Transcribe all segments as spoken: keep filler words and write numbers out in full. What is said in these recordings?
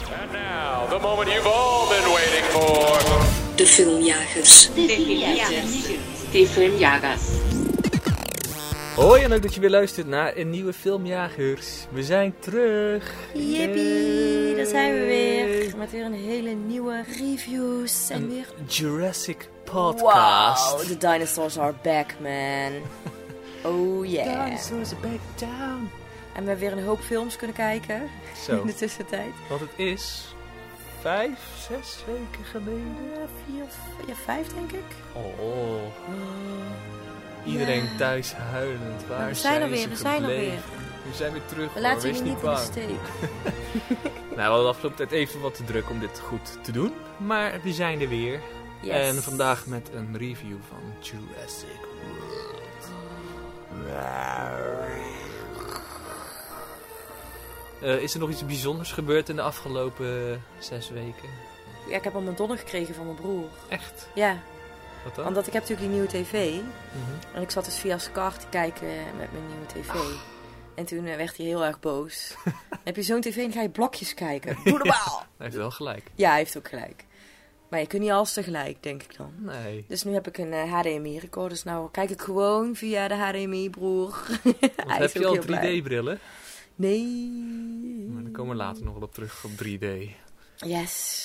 And now, the moment you've all been waiting for. De filmjagers. De filmjagers. De filmjagers. Hoi en leuk dat je weer luistert naar een nieuwe Filmjagers. We zijn terug. Yippie, daar zijn we weer. Met weer een hele nieuwe reviews en Een weer... Jurassic podcast. Wow, the dinosaurs are back, man. Oh yeah. Dinosaurs are back down. En we hebben weer een hoop films kunnen kijken. Zo. In de tussentijd. Want het is vijf, zes weken geleden. Ja, vier, ja, vijf denk ik. Oh. Oh. Iedereen Ja. thuis huilend. Waar Maar we zijn er zijn weer, ze we zijn er gebleven? weer. We zijn weer terug. We hoor. laten Wees jullie niet in de bang. steek. Nou, we hadden de afgelopen tijd even wat te druk om dit goed te doen. Maar we zijn er weer. Yes. En vandaag met een review van Jurassic World. Uh, is er nog iets bijzonders gebeurd in de afgelopen zes weken? Ja, ik heb al mijn donner gekregen van mijn broer. Echt? Ja, Wat dan? omdat ik heb natuurlijk die nieuwe tv. Mhm. En ik zat dus via Scar te kijken met mijn nieuwe tv. En toen eh, werd hij heel erg boos. Heb je zo'n tv en ga je blokjes kijken. Doe normaal! Hij heeft wel gelijk. Ja, hij heeft ook gelijk. Maar je kunt niet alles tegelijk, denk ik dan. Nee. Dus nu heb ik een uh, H D M I-recorder. Dus nou kijk ik gewoon via de H D M I, broer. Want heb je al drie D brillen? Nee. Maar daar komen we later nog wel op terug op drie D. Yes.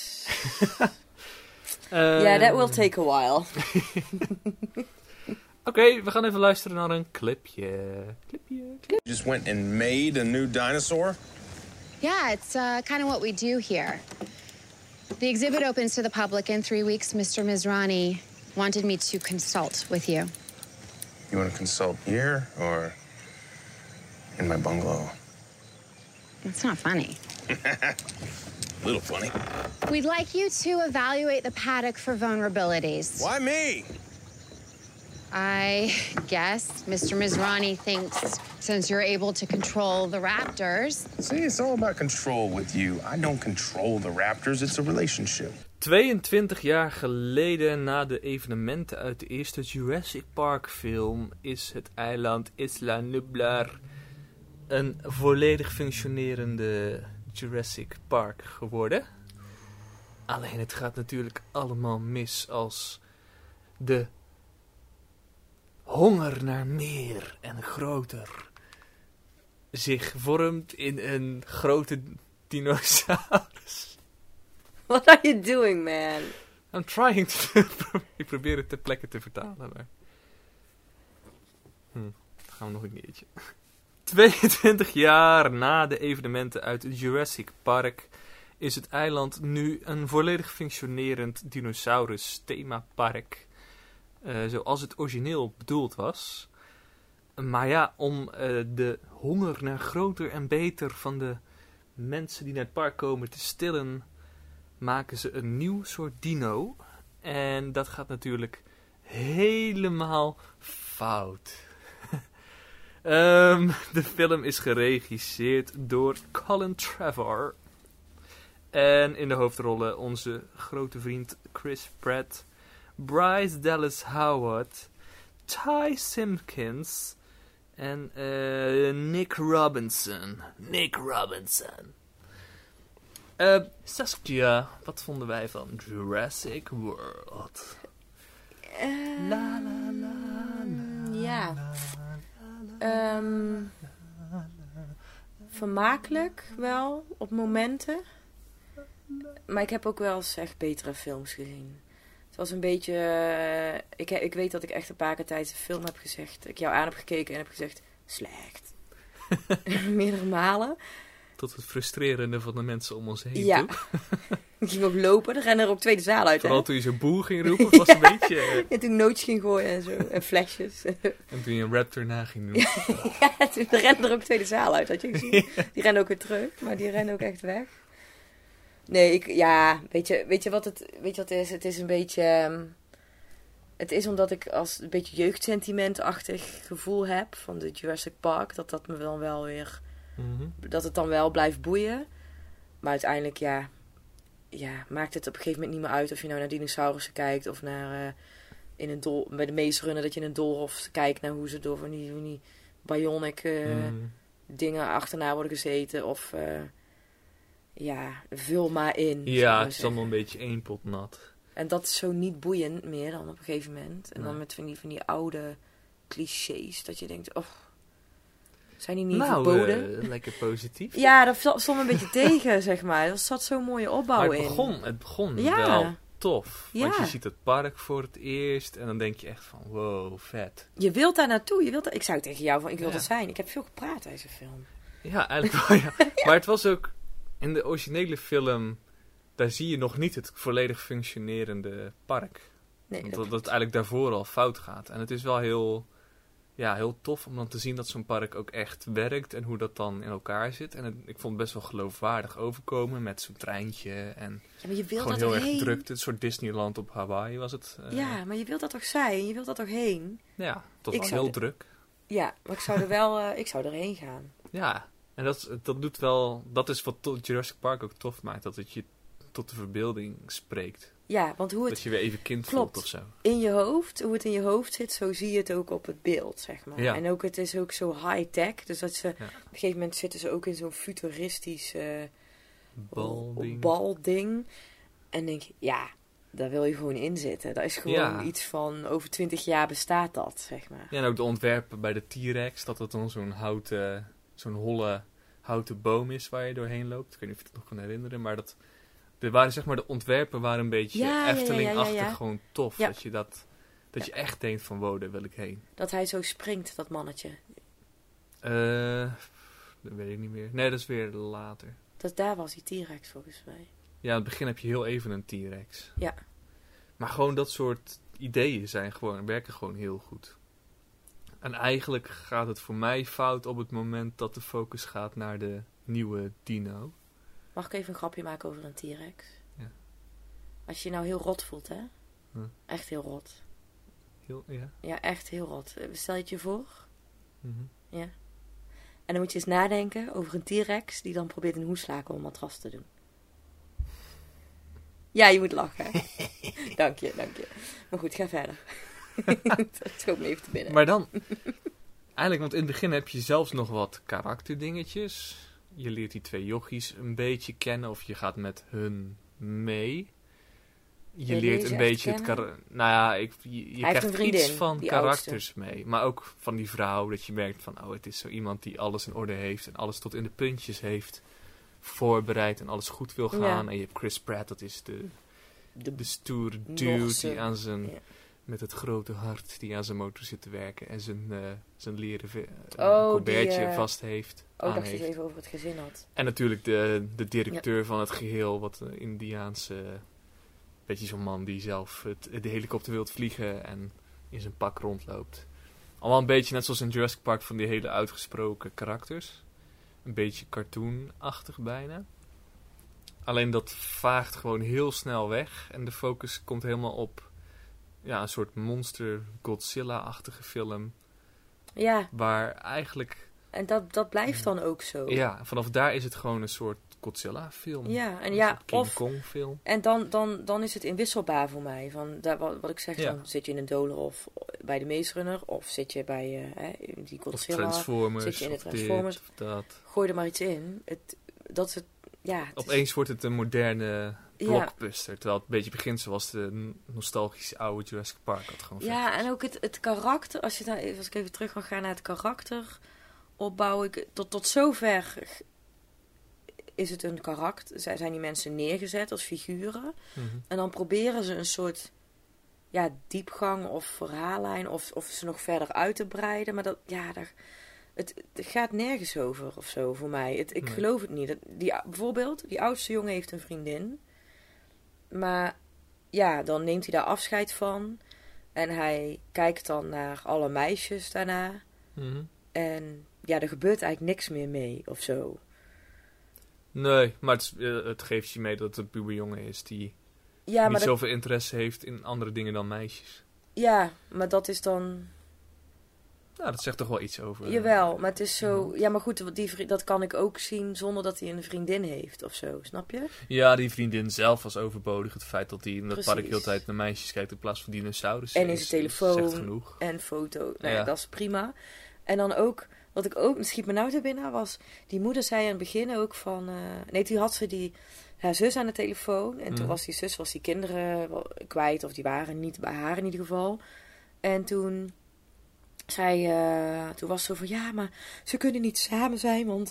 Uh, Yeah, that will take a while. Oké, okay, we gaan even luisteren naar een clipje. Clipje. You just went and made a new dinosaur? Yeah, it's uh, kind of what we do here. The exhibit opens to the public in three weeks. Mister Mizrani wanted me to consult with you. You want to consult here or in my bungalow? It's not funny. A little funny. We'd like you to evaluate the paddock for vulnerabilities. Why me? I guess Mister Mizrani thinks since you're able to control the raptors... See, it's all about control with you. I don't control the raptors. It's a relationship. tweeëntwintig jaar geleden na de evenementen uit de eerste Jurassic Park film is het eiland Isla Nublar een volledig functionerende Jurassic Park geworden. Alleen het gaat natuurlijk allemaal mis als de honger naar meer en groter zich vormt in een grote dinosaurus. What are you doing, man? I'm trying to... Ik probeer het ter plekke te vertalen, maar... Hm, dan gaan we nog een keertje. tweeëntwintig jaar na de evenementen uit het Jurassic Park is het eiland nu een volledig functionerend dinosaurus themapark. Uh, zoals het origineel bedoeld was. Maar ja, om uh, de honger naar groter en beter van de mensen die naar het park komen te stillen, maken ze een nieuw soort dino. En dat gaat natuurlijk helemaal fout. um, de film is geregisseerd door Colin Trevorrow. En in de hoofdrollen onze grote vriend Chris Pratt, Bryce Dallas Howard, Ty Simpkins en uh, Nick Robinson. Nick Robinson. Uh, Saskia, wat vonden wij van Jurassic World? Uh, la, la, la, la, ja. la, Um, vermakelijk wel, op momenten. Maar ik heb ook wel eens echt betere films gezien. Het was een beetje... Uh, ik, ik weet dat ik echt een paar keer tijdens de film heb gezegd... Ik jou aan heb gekeken en heb gezegd... Slecht. Meerdere malen. Tot het frustrerende van de mensen om ons heen ja. toe. Ik ging ook lopen. Er rennen er ook twee de zaal uit. Vooral hè? toen je zo boel ging roepen, was een beetje... Uh... En toen nootjes ging gooien en zo. En flesjes. En toen je een raptor na ging doen. Ja, toen renden er ook twee de zaal uit. Had je gezien? Die rennen ook weer terug. Maar die rennen ook echt weg. Nee, ik, ja, weet je, weet je wat het, weet je wat het is? Het is een beetje, um, het is omdat ik als een beetje jeugdsentimentachtig gevoel heb van de Jurassic Park, dat dat me dan wel weer, Mm-hmm. dat het dan wel blijft boeien. Maar uiteindelijk, ja, ja, maakt het op een gegeven moment niet meer uit of je nou naar dinosaurussen kijkt of naar, uh, in een dol, bij de Maze Runner dat je in een doolhof kijkt naar hoe ze door van die, van die bionic uh, mm. dingen achterna worden gezeten of... Uh, ja, vul maar in. zou ik Ja, maar het is zeggen. allemaal een beetje één pot nat. En dat is zo niet boeiend meer dan op een gegeven moment. En dan Nee. met van die, van die oude clichés. Dat je denkt, oh, zijn die niet Nou, verboden? eh, lekker positief. Ja, dat stond me een beetje tegen, zeg maar. Er zat zo'n mooie opbouw maar het in. begon, het begon Ja. wel tof. Want Ja. je ziet het park voor het eerst en dan denk je echt van, wow, vet. Je wilt daar naartoe. Je wilt daar... Ik zou tegen jou van, ik wil Ja. dat zijn. Ik heb veel gepraat tijdens de film. Ja, eigenlijk wel, ja. Maar het was ook, in de originele film, daar zie je nog niet het volledig functionerende park. Nee, Want dat- dat, dat het eigenlijk daarvoor al fout gaat. En het is wel heel, ja, heel tof om dan te zien dat zo'n park ook echt werkt en hoe dat dan in elkaar zit. En het- ik vond het best wel geloofwaardig overkomen met zo'n treintje en ja, maar je wilt gewoon daar heel toch erg heen? drukte. Een soort Disneyland op Hawaii was het. eh. Ja, maar je wilt dat toch zijn? Je wilt dat toch heen? Ja, het was Ik wel zou heel de- druk. Ja, maar ik zou er wel... eh, ik zou erheen gaan. Ja, en dat, is- dat doet wel, dat is wat to- Jurassic Park ook tof maakt. Dat het je tot de verbeelding spreekt. Ja, want hoe Dat het je weer even kind Klopt. voelt of zo. in je hoofd, hoe het in je hoofd zit, zo zie je het ook op het beeld, zeg maar. Ja. En ook, het is ook zo high-tech. Dus dat ze, Ja. op een gegeven moment zitten ze ook in zo'n futuristisch eh, Balding. balding. En denk je, ja, daar wil je gewoon in zitten. Dat is gewoon Ja. iets van, over twintig jaar bestaat dat, zeg maar. Ja, en ook de ontwerpen bij de T-Rex. Dat het dan zo'n houten, zo'n holle houten boom is waar je doorheen loopt. Ik weet niet of je het nog kan herinneren. Maar dat, er waren, zeg maar, de ontwerpen waren een beetje Ja, ja, ja, Efteling-achtig. ja, ja. Gewoon tof. Ja. Dat je, dat, dat je echt denkt van, wow, daar wil ik heen. Dat hij zo springt, dat mannetje. Eh, dat weet ik niet meer. Nee, dat is weer later. Dat, daar was die T-Rex volgens mij. Ja, in het begin heb je heel even een T-Rex. Ja. Maar gewoon dat soort ideeën zijn gewoon, werken gewoon heel goed. En eigenlijk gaat het voor mij fout op het moment dat de focus gaat naar de nieuwe dino. Mag ik even een grapje maken over een T-Rex? Ja. Als je je nou heel rot voelt, hè? Huh. Echt heel rot. Heel, ja. Ja, echt heel rot. Eh, Stel je het je voor. Mhm. Ja. En dan moet je eens nadenken over een T-Rex die dan probeert een hoeslaken om een matras te doen. Ja, je moet lachen. Hè? dank je, dank je. Maar goed, ga verder. Dat schoot me even te binnen. Maar dan, eigenlijk, want in het begin heb je zelfs nog wat karakterdingetjes. Je leert die twee jochies een beetje kennen of je gaat met hun mee. Je Jij leert leert ze een echt beetje het kennen? kar- Nou ja, ik, je, je heeft krijgt een vriendin, iets van die karakters mee. Maar ook van die vrouw, dat je merkt van, oh, het is zo iemand die alles in orde heeft en alles tot in de puntjes heeft voorbereid en alles goed wil gaan. Ja. En je hebt Chris Pratt, dat is de, De de stoere dude Norse, die aan zijn, ja. met het grote hart, die aan zijn motor zit te werken en zijn, eh, zijn leren ve- Oh, colbertje die, eh, vast heeft. Oh, aan dacht je heeft. even over het gezin had. En natuurlijk de, de directeur van het geheel, wat een Indiaanse, beetje zo'n man die zelf het, de helikopter wilt vliegen en in zijn pak rondloopt. Allemaal een beetje net zoals in Jurassic Park van die hele uitgesproken karakters. Een beetje cartoonachtig bijna. Alleen dat vaagt gewoon heel snel weg en de focus komt helemaal op ja, een soort monster Godzilla-achtige film. Ja, Waar eigenlijk, en dat, dat blijft dan ook zo. ja, vanaf daar is het gewoon een soort Godzilla-film. Ja, en Een ja, soort King of... Kong-film. En dan, dan, dan is het inwisselbaar voor mij. Van daar, wat, wat ik zeg, Ja. dan zit je in een Doler of bij de Maze Runner. Of zit je bij eh, hè, die Of Godzilla. Transformers. zit je in de of dit, Transformers. of dat. Gooi er maar iets in. Het, dat is het, ja, het is- Opeens wordt het een moderne Ja. blockbuster. Terwijl het een beetje begint zoals de n- nostalgische oude Jurassic Park had gewoon Ja, vet. en ook het, het karakter. Als, je nou, als ik even terug mag gaan naar het karakter opbouwen. Ik, tot, tot zover is het een karakter. Zij zijn die mensen neergezet als figuren. Mhm. En dan proberen ze een soort ja, diepgang of verhaallijn. Of, of ze nog verder uit te breiden. Maar dat, ja, daar, het, het gaat nergens over of zo voor mij. Het, ik Nee. geloof het niet. Dat, die, bijvoorbeeld, die oudste jongen heeft een vriendin. Maar ja, dan neemt hij daar afscheid van. En hij kijkt dan naar alle meisjes daarna. Mhm. En ja, er gebeurt eigenlijk niks meer mee of zo. Nee, maar het, is, eh, het geeft je mee dat het een puberjongen is die Ja, niet maar dat, zoveel interesse heeft in andere dingen dan meisjes. ja, maar dat is dan... Nou, dat zegt toch wel iets over. eh, Jawel, maar het is zo... Ja, maar goed, die, vri- dat kan ik ook zien zonder dat hij een vriendin heeft of zo, snap je? Ja, die vriendin zelf was overbodig. Het feit dat hij in dat Precies. park heel de tijd naar meisjes kijkt in plaats van dinosaurussen. En in zijn telefoon. Zegt genoeg. En foto, nou ja, Ja. dat is prima. En dan ook wat ik ook, schiet me nou te binnen, was... Die moeder zei in het begin ook van... Uh, nee, toen had ze die, haar zus aan de telefoon. En mm. toen was die zus was die kinderen kwijt. Of die waren niet bij haar in ieder geval. En toen... Zij, uh, toen was ze zo van... Ja, maar ze kunnen niet samen zijn, want...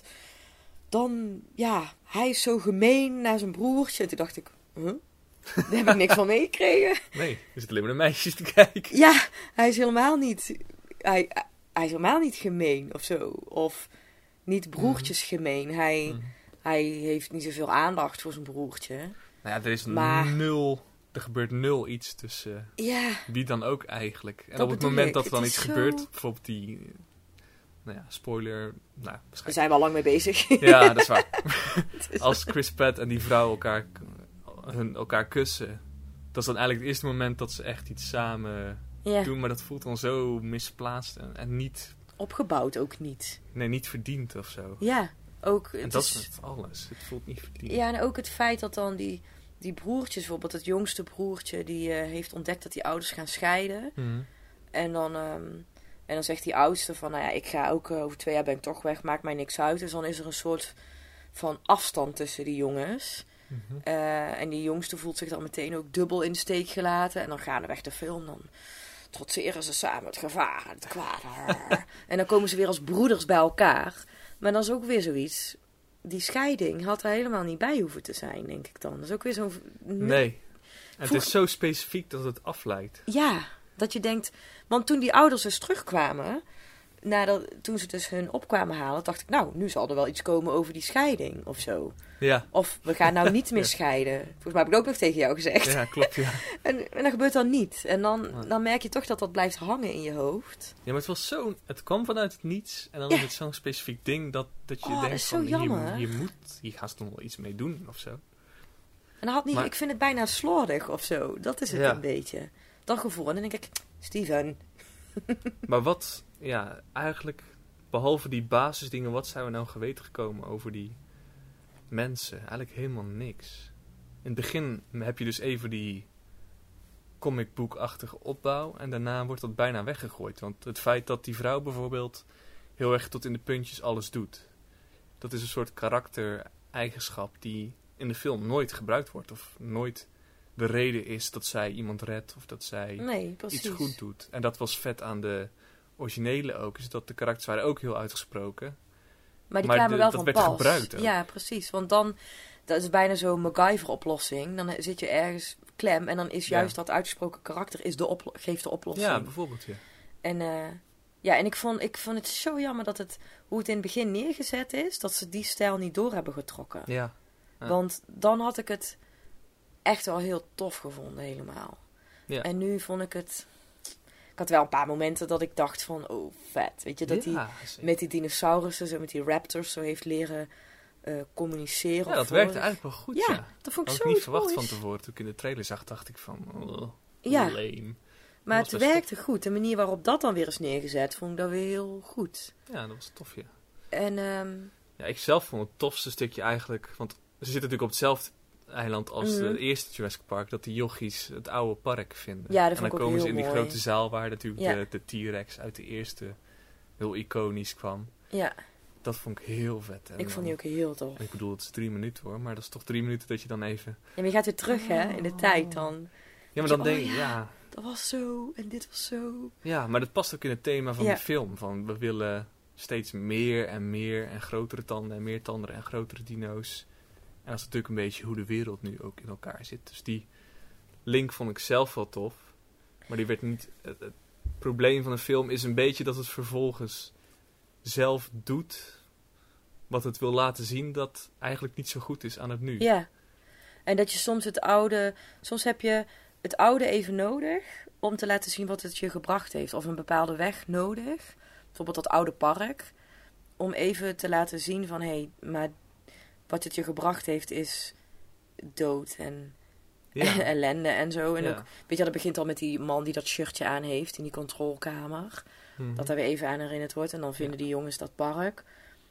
Dan, ja, hij is zo gemeen naar zijn broertje. En toen dacht ik... Huh? Daar heb ik niks van meegekregen. Nee, je zit alleen maar naar meisjes te kijken. Ja, hij is helemaal niet... Hij, hij is helemaal niet gemeen of zo. Of niet broertjes mm. gemeen. Hij, mm. hij heeft niet zoveel aandacht voor zijn broertje. Nou ja, er is maar, nul... Er gebeurt nul iets tussen ja, wie dan ook eigenlijk. En op het moment ik. dat er dan iets zo... gebeurt... Bijvoorbeeld die... Nou ja, spoiler... Nou, we zijn wel lang mee bezig. Ja, dat is waar. Als Chris Pratt en die vrouw elkaar... hun elkaar kussen. Dat is dan eigenlijk het eerste moment dat ze echt iets samen yeah. doen. Maar dat voelt dan zo misplaatst en, en niet... Opgebouwd ook niet. Nee, niet verdiend of zo. Ja, ook... En dat is met alles. Het voelt niet verdiend. Ja, en ook het feit dat dan die, die broertjes, bijvoorbeeld het jongste broertje... die uh, heeft ontdekt dat die ouders gaan scheiden. Mm-hmm. En dan... Um, en dan zegt die oudste van... Nou ja, ik ga ook uh, over twee jaar ben ik toch weg. Maakt mij niks uit. Dus dan is er een soort van afstand tussen die jongens... Mm-hmm. Uh, en die jongste voelt zich dan meteen ook dubbel in de steek gelaten. En dan gaandeweg de film, dan trotseren ze samen het gevaar en het kwaad. En dan komen ze weer als broeders bij elkaar. Maar dan is ook weer zoiets. Die scheiding had er helemaal niet bij hoeven te zijn, denk ik dan. Dat is ook weer zo'n... Nee. En het is zo specifiek dat het afleidt. Ja, dat je denkt... Want toen die ouders dus terugkwamen... Nadat, toen ze dus hun opkwamen halen, dacht ik... Nou, nu zal er wel iets komen over die scheiding of zo. Ja. Of we gaan nou niet meer ja. scheiden. Volgens mij heb ik het ook nog tegen jou gezegd. Ja, klopt, ja. en, en dat gebeurt dan niet. En dan, ja. dan merk je toch dat dat blijft hangen in je hoofd. Ja, maar het was zo... Het kwam vanuit het niets. En dan ja. is het zo'n specifiek ding dat, dat je oh, denkt dat is zo van... jammer. Hier, hier moet... Hier gaan ze toch wel iets mee doen of zo. En dan had niet... Maar, ik vind het bijna slordig of zo. Dat is het ja. een beetje. Dat gevoel. En dan denk ik... Steven... Maar wat... Ja, eigenlijk... Behalve die basisdingen, wat zijn we nou geweten gekomen over die mensen? Eigenlijk helemaal niks. In het begin heb je dus even die comicboekachtige opbouw. En daarna wordt dat bijna weggegooid. Want het feit dat die vrouw bijvoorbeeld heel erg tot in de puntjes alles doet. Dat is een soort karaktereigenschap die in de film nooit gebruikt wordt. Of nooit de reden is dat zij iemand redt of dat zij nee, iets goed doet. En dat was vet aan de... originele ook, is dat de karakters waren ook heel uitgesproken. Maar die maar kwamen de, wel dat van werd pas. gebruikt ook. Ja, precies. Want dan, dat is bijna zo'n MacGyver-oplossing. Dan zit je ergens klem en dan is juist ja. dat uitgesproken karakter is de oplo- geeft de oplossing. Ja, bijvoorbeeld, ja. En, uh, ja, en ik, vond, ik vond het zo jammer dat het, hoe het in het begin neergezet is, dat ze die stijl niet door hebben getrokken. Ja. ja. Want dan had ik het echt wel heel tof gevonden, helemaal. Ja. En nu vond ik het... Ik had wel een paar momenten dat ik dacht van, oh, vet. Weet je, dat hij ja, met die dinosaurussen, zo met die raptors, zo heeft leren uh, communiceren. Ja, dat werkte eigenlijk wel goed, ja. ja. Dat vond ik had zo ik niet verwacht mooi. van tevoren. Toen ik in de trailer zag, dacht ik van, oh, ja. lame. Maar het werkte tof. goed. De manier waarop dat dan weer is neergezet, vond ik dat weer heel goed. Ja, dat was tof, ja. En, um... ja, ik zelf vond het tofste stukje eigenlijk, want ze zitten natuurlijk op hetzelfde eiland als mm-hmm. de eerste Jurassic Park, dat die jochies het oude park vinden. Ja, dat en dan vond ik komen ook ze in heel die mooi. grote zaal waar natuurlijk ja. de, de T-Rex uit de eerste heel iconisch kwam. Ja. Dat vond ik heel vet. En ik vond die ook heel tof. Ik bedoel, het is drie minuten hoor, maar dat is toch drie minuten dat je dan even... Ja, maar je gaat weer terug hè, in de tijd dan. Ja, maar dan je, denk oh, je, ja, ja... Dat was zo en dit was zo. Ja, maar dat past ook in het thema van ja. de film. Van we willen steeds meer en meer en grotere tanden en meer tanden en grotere dino's. En dat is natuurlijk een beetje hoe de wereld nu ook in elkaar zit. Dus die link vond ik zelf wel tof. Maar die werd niet... Het, het probleem van een film is een beetje dat het vervolgens zelf doet wat het wil laten zien dat eigenlijk niet zo goed is aan het nu. Ja. En dat je soms het oude... Soms heb je het oude even nodig om te laten zien wat het je gebracht heeft. Of een bepaalde weg nodig. Bijvoorbeeld dat oude park. Om even te laten zien van... Hé, hey, maar... Wat het je gebracht heeft is dood en ja. ellende en zo. En ja. ook, weet je, dat begint al met die man die dat shirtje aan heeft in die controlkamer. Mm-hmm. Dat daar weer even aan herinnerd wordt. En dan vinden ja. die jongens dat park.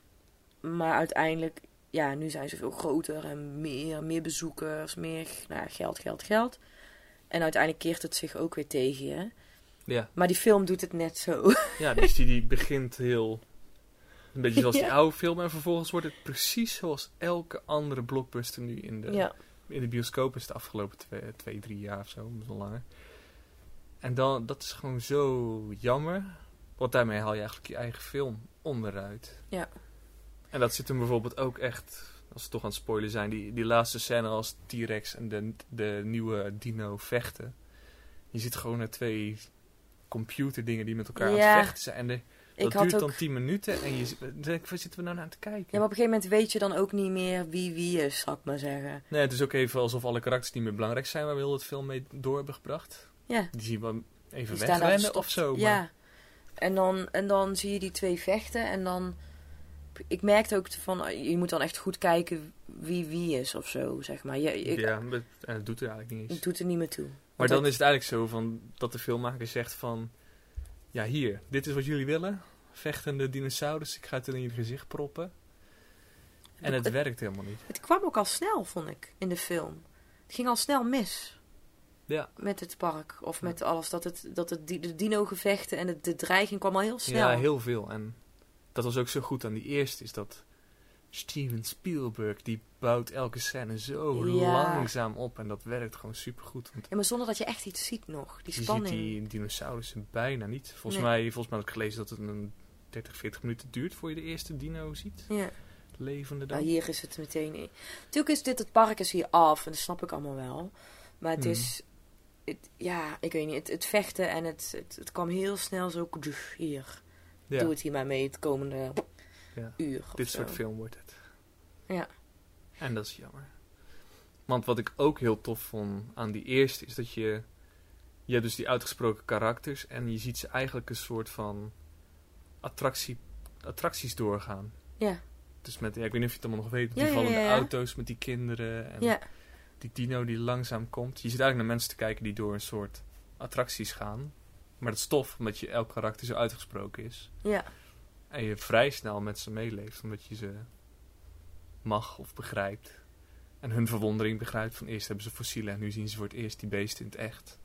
Maar uiteindelijk, ja, nu zijn ze veel groter en meer, meer bezoekers, meer nou, geld, geld, geld. En uiteindelijk keert het zich ook weer tegen je. Ja. Maar die film doet het net zo. Ja, dus die, die begint heel... Een beetje zoals die Ja. oude film. En vervolgens wordt het precies zoals elke andere blockbuster nu in de, Ja. in de bioscoop is de afgelopen twee, twee, drie jaar of zo. Misschien langer. En dan, dat is gewoon zo jammer. Want daarmee haal je eigenlijk je eigen film onderuit. Ja. En dat zit hem bijvoorbeeld ook echt, als we toch aan het spoilen zijn, die, die laatste scène als T-Rex en de, de nieuwe dino vechten. Je ziet gewoon naar twee computerdingen die met elkaar aan Ja. het vechten zijn. En de, dat Ik had duurt ook... dan tien minuten en je dan denk ik, waar zitten we nou naar te kijken? Ja, maar op een gegeven moment weet je dan ook niet meer wie wie is, zal ik maar zeggen. Nee, het is ook even alsof alle karakters niet meer belangrijk zijn waar we heel het film mee door hebben gebracht. Ja. Die zien we even Die staan daar wegrennen verstopt. of zo. Maar Ja. En dan, en dan zie je die twee vechten en dan... Ik merkte ook van, je moet dan echt goed kijken wie wie is of zo, zeg maar. Je, ik, ja, maar- en dat doet er eigenlijk niet eens. Het doet er niet meer toe. Maar Want dan het- is het eigenlijk zo van dat de filmmaker zegt van... Ja, hier, dit is wat jullie willen. Vechtende dinosaurus, ik ga het in je gezicht proppen. En het Het- werkt helemaal niet. Het kwam ook al snel, vond ik, in de film. Het ging al snel mis. Ja. Met het park. Of met alles. Dat, het, dat het, di- de dino-gevechten en het, de dreiging kwam al heel snel. Ja, heel veel. En dat was ook zo goed aan die eerste, is dat Steven Spielberg, die bouwt elke scène zo Ja. langzaam op. En dat werkt gewoon supergoed. Want Ja, maar zonder dat je echt iets ziet nog. Die je spanning. ziet die dinosaurussen bijna niet. Volgens, Nee. mij, volgens mij had ik gelezen dat het een dertig, veertig minuten duurt voor je de eerste dino ziet. Ja. Levende dan. Nou, hier is het meteen... Natuurlijk is dit, het park is hier af. En dat snap ik allemaal wel. Maar het Mhm. is... Het, ja, ik weet niet. Het, het vechten en het, het, het kwam heel snel zo... Hier. Ja, Doe het hier maar mee het komende Ja. uur of dit zo. soort film wordt het. Ja. En dat is jammer. Want wat ik ook heel tof vond aan die eerste is dat je... Je hebt dus die uitgesproken karakters en je ziet ze eigenlijk een soort van attractie, attracties doorgaan. Ja. Dus met, ja, ik weet niet of je het allemaal nog weet, met Ja, die ja, vallende ja, ja. auto's met die kinderen en Ja. die dino die langzaam komt. Je zit eigenlijk naar mensen te kijken die door een soort attracties gaan. Maar dat is tof, omdat je elk karakter zo uitgesproken is. Ja. En je vrij snel met ze meeleeft, omdat je ze mag of begrijpt. En hun verwondering begrijpt van eerst hebben ze fossielen en nu zien ze voor het eerst die beesten in het echt.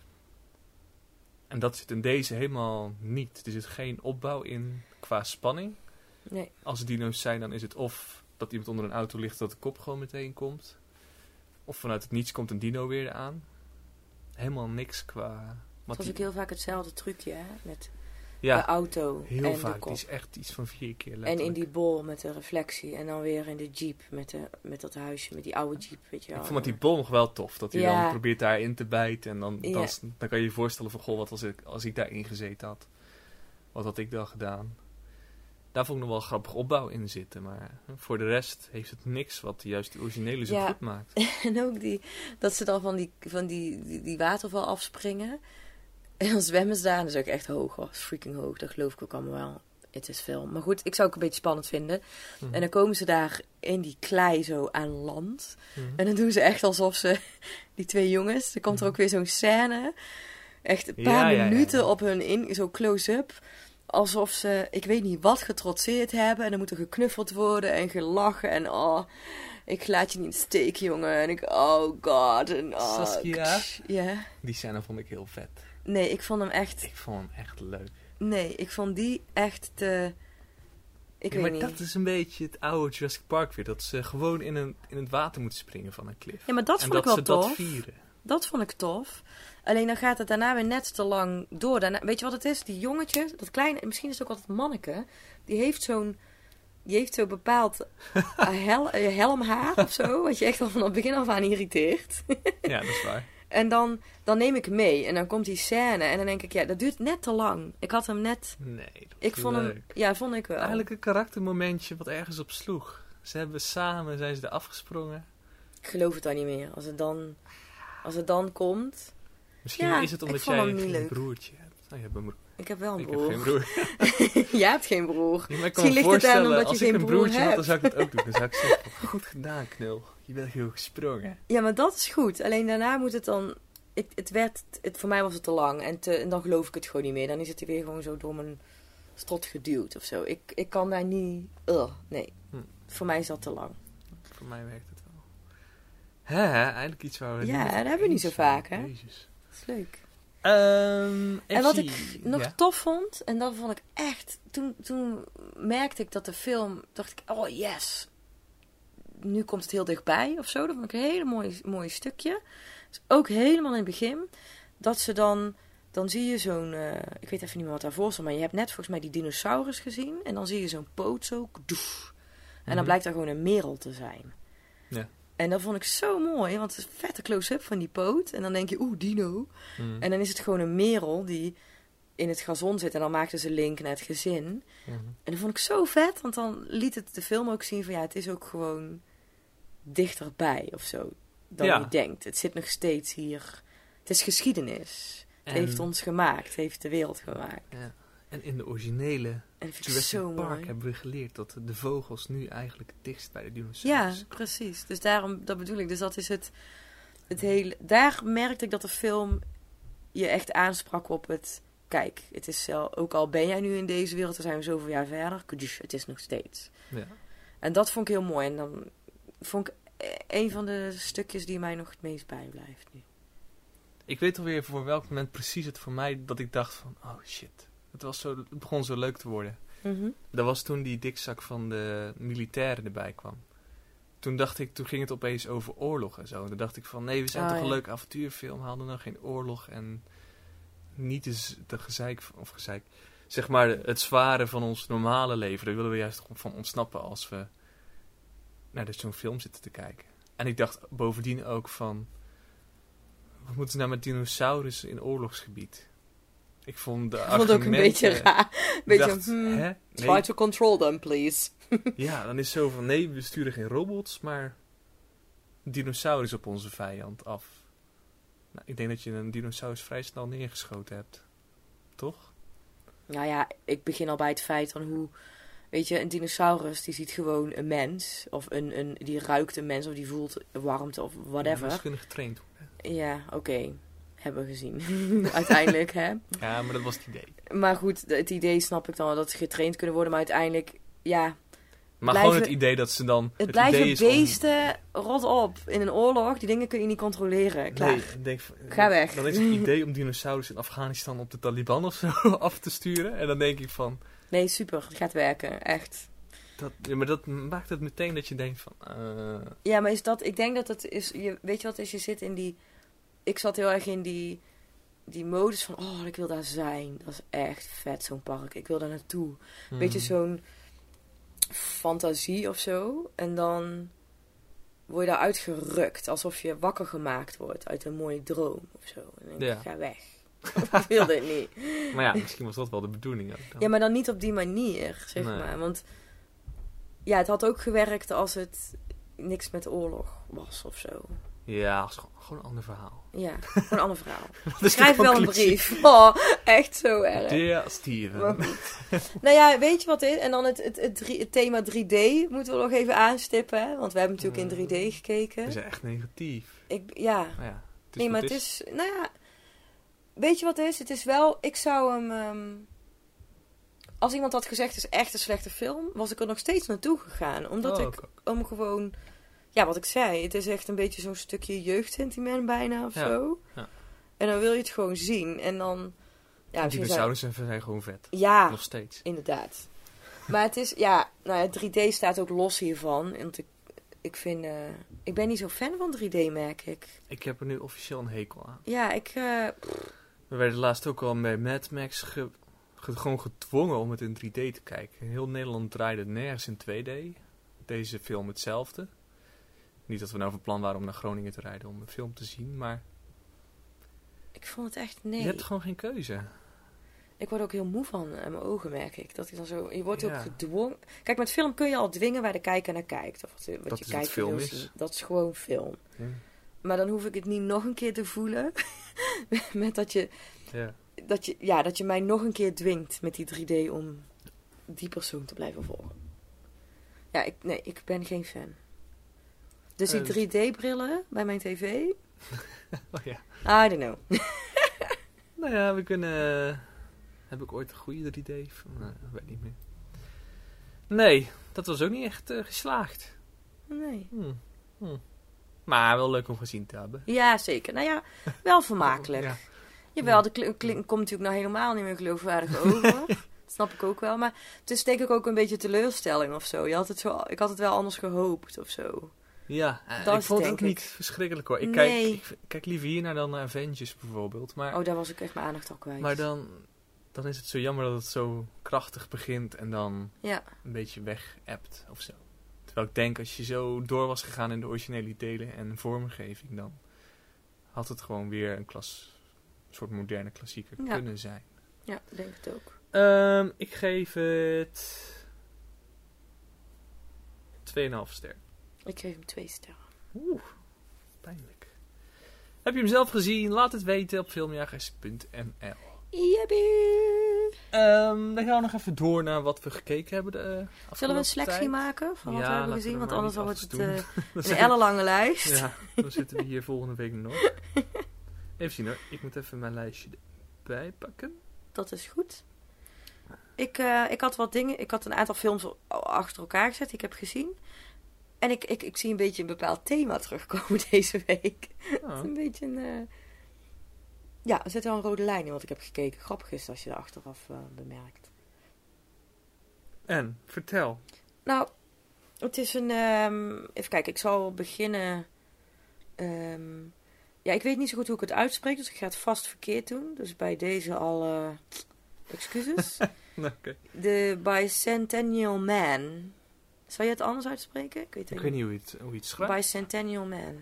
En dat zit in deze helemaal niet. Er zit geen opbouw in qua spanning. Nee. Als er dino's zijn, dan is het of dat iemand onder een auto ligt dat de kop gewoon meteen komt. Of vanuit het niets komt een dino weer aan. Helemaal niks qua... Het wat was die- ook heel vaak hetzelfde trucje, hè? Met de ja, auto heel en de vaak. Die kop. is echt iets van vier keer En letterlijk. in die bol met de reflectie. En dan weer in de jeep met, de, met dat huisje, met die oude jeep, weet je wel. Ik vond die bol nog wel tof. Dat hij Ja. dan probeert daarin te bijten. En dan, Ja. dan, dan kan je je voorstellen van... Goh, wat als ik, als ik daarin gezeten had. Wat had ik dan gedaan? Daar vond ik nog wel grappig opbouw in zitten. Maar voor de rest heeft het niks wat juist de originele zo Ja. goed maakt. En ook die, dat ze dan van die, van die, die, die waterval afspringen. En dan zwemmen ze daar. En dat is ook echt hoog. Hoor. Dat is freaking hoog. Dat geloof ik ook allemaal wel. Het is film. Maar goed, ik zou het ook een beetje spannend vinden. Mhm. En dan komen ze daar in die klei zo aan land. Mhm. En dan doen ze echt alsof ze... Die twee jongens. Er komt er ook weer zo'n scène. Echt een paar Ja, ja, ja. minuten op hun in... Zo close-up. Alsof ze... Ik weet niet wat getrotseerd hebben. En dan moet er geknuffeld worden. En gelachen. En oh... Ik laat je niet steken, jongen. En ik... Oh god. En oh... Saskia? Ja. Die scène vond ik heel vet. Nee, ik vond hem echt... Ik vond hem echt leuk. Nee, ik vond die echt te... Ik Ja, weet maar niet. dat is een beetje het oude Jurassic Park weer. Dat ze gewoon in, een, in het water moeten springen van een klif. Ja, maar dat en vond dat ik wel ze tof. dat vieren. Dat vond ik tof. Alleen dan gaat het daarna weer net te lang door. Daarna, weet je wat het is? Die jongetje, dat kleine, misschien is het ook altijd manneke, die heeft zo'n, die heeft zo'n bepaald hel, eh, helmhaar of zo, wat je echt al van het begin af aan irriteert. Ja, dat is waar. En dan, dan neem ik hem mee en dan komt die scène en dan denk ik, ja, dat duurt net te lang. Ik had hem net, Nee, dat ik is vond leuk. hem, ja, vond ik wel. Eigenlijk een karaktermomentje wat ergens op sloeg. Ze hebben samen, zijn ze er afgesprongen. Ik geloof het dan niet meer. Als het dan, als het dan komt. Misschien Ja, is het omdat ik vond jij hem niet geen leuk. broertje hebt. Oh, je hebt een broer. Ik heb wel een Ik broer. heb geen broer. Jij hebt geen broer. Ja, maar ik kan Misschien me ligt het aan voorstellen, omdat je als geen ik een broer broertje had, hebt. dan zou ik het ook doen. Dan zou ik zeggen, goed gedaan, knul. Je bent heel gesprongen. Ja, maar dat is goed. Alleen daarna moet het dan... Ik, het werd, het, voor mij was het te lang. En, te, en dan geloof ik het gewoon niet meer. Dan is het weer gewoon zo door mijn strot geduwd of zo. Ik, ik kan daar niet... Ugh, nee. Hm. Voor mij is dat te lang. Voor mij werkt het wel. Hè, hè, eindelijk iets waar we Ja, niet dat hebben we niet zo eens zijn. vaak, hè? Jezus. Dat is leuk. Um, En wat ik nog ja. tof vond, en dat vond ik echt... Toen, toen merkte ik dat de film... Dacht ik, oh yes. Nu komt het heel dichtbij of zo. Dat vond ik een hele mooi, mooi stukje. Dus ook helemaal in het begin. Dat ze dan... Dan zie je zo'n... Uh, ik weet even niet meer wat daarvoor staat. Maar je hebt net volgens mij die dinosaurus gezien. En dan zie je zo'n poot zo. Doef. En dan Mhm. blijkt daar gewoon een merel te zijn. Ja. En dat vond ik zo mooi. Want het is een vette close-up van die poot. En dan denk je, oeh, dino. Mhm. En dan is het gewoon een merel die in het gazon zit. En dan maakten ze link naar het gezin. Mhm. En dat vond ik zo vet. Want dan liet het de film ook zien van... Ja, het is ook gewoon dichterbij of zo. Dan Ja. je denkt. Het zit nog steeds hier. Het is geschiedenis. Het En- heeft ons gemaakt. Het heeft de wereld gemaakt. Ja. En in de originele En dat vind ik Jurassic zo Park mooi. hebben we geleerd dat de vogels nu eigenlijk het dichtst bij de Ja, dinosaurus. precies. Dus daarom, dat bedoel ik. Dus dat is het, het hele... Daar merkte ik dat de film je echt aansprak op het... Kijk, het is wel, ook al ben jij nu in deze wereld, dan zijn we zoveel jaar verder. kudus, Het is nog steeds. Ja. En dat vond ik heel mooi. En dan vond ik een van de stukjes die mij nog het meest bijblijft nu. Ik weet alweer voor welk moment precies het voor mij dat ik dacht van, oh shit. Het, was zo, het begon zo leuk te worden. Mm-hmm. Dat was toen die dikzak van de militairen erbij kwam. Toen dacht ik, toen ging het opeens over oorlog en zo. En toen dacht ik van, nee, we zijn Oh, toch een ja. leuke avontuurfilm. Haalden nou geen oorlog en niet de, z- de gezeik, of gezeik, zeg maar het zware van ons normale leven. Daar willen we juist van ontsnappen als we naar dus zo'n film zitten te kijken. En ik dacht bovendien ook van, wat moeten ze nou met dinosaurussen in oorlogsgebied? Ik vond de Ik vond het ook een beetje argumenten- raar. Een Ik beetje, dacht, hmm, hè? try Nee. to control them, please. Ja, dan is zo van, nee, we sturen geen robots, maar een dinosaurus op onze vijand af. Nou, ik denk dat je een dinosaurus vrij snel neergeschoten hebt. Toch? Nou ja, ik begin al bij het feit van hoe... Weet je, een dinosaurus die ziet gewoon een mens. Of een, een, die ruikt een mens of die voelt warmte of Ja, whatever. ze kunnen getraind worden. Ja, oké. Hebben we gezien. Uiteindelijk, hè. Ja, maar dat was het idee. Maar goed, het idee snap ik dan wel dat ze getraind kunnen worden. Maar uiteindelijk, ja... Maar Blijven- gewoon het idee dat ze dan... Het, idee blijven is om- beesten, rot op. In een oorlog, die dingen kun je niet controleren. Klaar. Nee, ik denk, van- Ga weg. Dan is het idee om dinosaurus in Afghanistan op de Taliban of zo af te sturen. En dan denk ik van... Nee, super. Het gaat werken. Echt. Dat, ja, maar dat maakt het meteen dat je denkt van... eh, Ja, maar is dat... Ik denk dat het is... Je, weet je wat het is? Je zit in die... Ik zat heel erg in die... Die modus van... Oh, ik wil daar zijn. Dat is echt vet, zo'n park. Ik wil daar naartoe. hmm. Beetje zo'n... fantasie of zo. En dan... Word je daar uitgerukt. Alsof je wakker gemaakt wordt uit een mooie droom of zo. En dan denk ik, Ja. ga weg. Ik wil dit niet. Maar ja, misschien was dat wel de bedoeling ook dan. Ja, maar dan niet op die manier, zeg Nee. maar. Want ja, het had ook gewerkt als het niks met oorlog was of zo. Ja, het is gewoon, gewoon een ander verhaal. Ja, gewoon een ander verhaal. Dat is Schrijf de wel een conclusie. brief. Oh, echt zo erg. Dear Steven. Maar goed. Nou ja, weet je wat het is? En dan het, het, het, drie- het thema drie D moeten we nog even aanstippen. Hè? Want we hebben natuurlijk in drie D gekeken. We zijn echt negatief. Ik, ja, Maar ja, het is nee, wat maar het is... Nou ja, weet je wat het is? Het is wel... Ik zou hem... ehm, als iemand had gezegd, het is echt een slechte film, was ik er nog steeds naartoe gegaan. Omdat Oh, ik ook. om gewoon... Ja, wat ik zei. Het is echt een beetje zo'n stukje jeugdsentiment bijna of Ja, zo. ja. En dan wil je het gewoon zien. En dan... Ja, misschien zijn- Dinosaurussen zijn gewoon vet. ja, Nog steeds. inderdaad. Maar het is... Ja, nou ja, drie D staat ook los hiervan. Want ik, ik vind... eh, ik ben niet zo fan van drie D, merk ik. Ik heb er nu officieel een hekel aan. Ja, ik... eh, We werden laatst ook al bij Mad Max ge, ge- gewoon gedwongen om het in drie D te kijken. Heel Nederland draaide nergens in twee D. Deze film hetzelfde. Niet dat we nou van plan waren om naar Groningen te rijden om een film te zien, maar ik vond het echt... Nee. je hebt gewoon geen keuze. Ik word ook heel moe van aan mijn ogen, merk ik. Dat ik dan zo, je wordt Ja. ook gedwongen. Kijk, met film kun je al dwingen waar de kijker naar kijkt. Of wat, wat Dat je is kijkt wat film wil is. zien. Dat is gewoon film. Ja. Maar dan hoef ik het niet nog een keer te voelen. met dat je, Ja. dat, je, ja, dat je mij nog een keer dwingt met die drie D om die persoon te blijven volgen. Ja, ik, nee, ik ben geen fan. Dus die Eh, drie D-brillen bij mijn tv? Oh ja. I don't know. Nou ja, we kunnen... eh, heb ik ooit een goede drie D? Nou, dat weet ik niet meer. Nee, dat was ook niet echt eh, geslaagd. Nee. Hm. Hm. Maar wel leuk om gezien te hebben. Ja, zeker. Nou ja, wel vermakelijk. Ja. Jawel, de kl- klink komt natuurlijk nou helemaal niet meer geloofwaardig over. Dat snap ik ook wel. Maar het is denk ik ook een beetje teleurstelling of zo. Je had het zo ik had het wel anders gehoopt of zo. Ja, uh, Dat ik vond het denk ook ik. niet verschrikkelijk hoor. Ik, Nee. kijk, ik kijk liever hier naar dan naar Avengers bijvoorbeeld. Maar, Oh, daar was ik echt mijn aandacht al kwijt. maar dan, dan is het zo jammer dat het zo krachtig begint en dan Ja, een beetje weg appt of zo. Terwijl ik denk, als je zo door was gegaan in de originele delen en vormgeving, dan had het gewoon weer een klas, een soort moderne klassieker Ja. kunnen zijn. ja, ik denk het ook. Ehm, ik geef het twee komma vijf ster. Ik Ik geef hem twee sterren. Oeh, pijnlijk. Heb je hem zelf gezien? Laat het weten op filmjagers punt n l. Yippie! Ehm, dan gaan we nog even door naar wat we gekeken hebben de uh, afgelopen Zullen we een selectie tijd. maken van wat Ja, we hebben laten we gezien? er Want maar anders niet wordt het alles uh, Dan een zitten- ellenlange lijst. Ja, dan zitten we hier volgende week nog. Even zien hoor. Ik moet even mijn lijstje erbij pakken. Dat is goed. Ik, uh, ik had wat dingen. Ik had een aantal films achter elkaar gezet die ik heb gezien. En ik, ik, ik zie een beetje een bepaald thema terugkomen deze week. Oh. Het is een beetje een... Uh... Ja, er zit wel een rode lijn in wat ik heb gekeken. Grappig is als je er achteraf uh, bemerkt. En, vertel. Nou, het is een... Um... Even kijken, ik zal beginnen... Um... Ja, ik weet niet zo goed hoe ik het uitspreek, dus ik ga het vast verkeerd doen. Dus bij deze al uh, excuses. Okay. De Bicentennial Man. Zou je het anders uitspreken? Ik weet, Ik weet niet hoe je het, hoe je het schrijft. Bicentennial Man.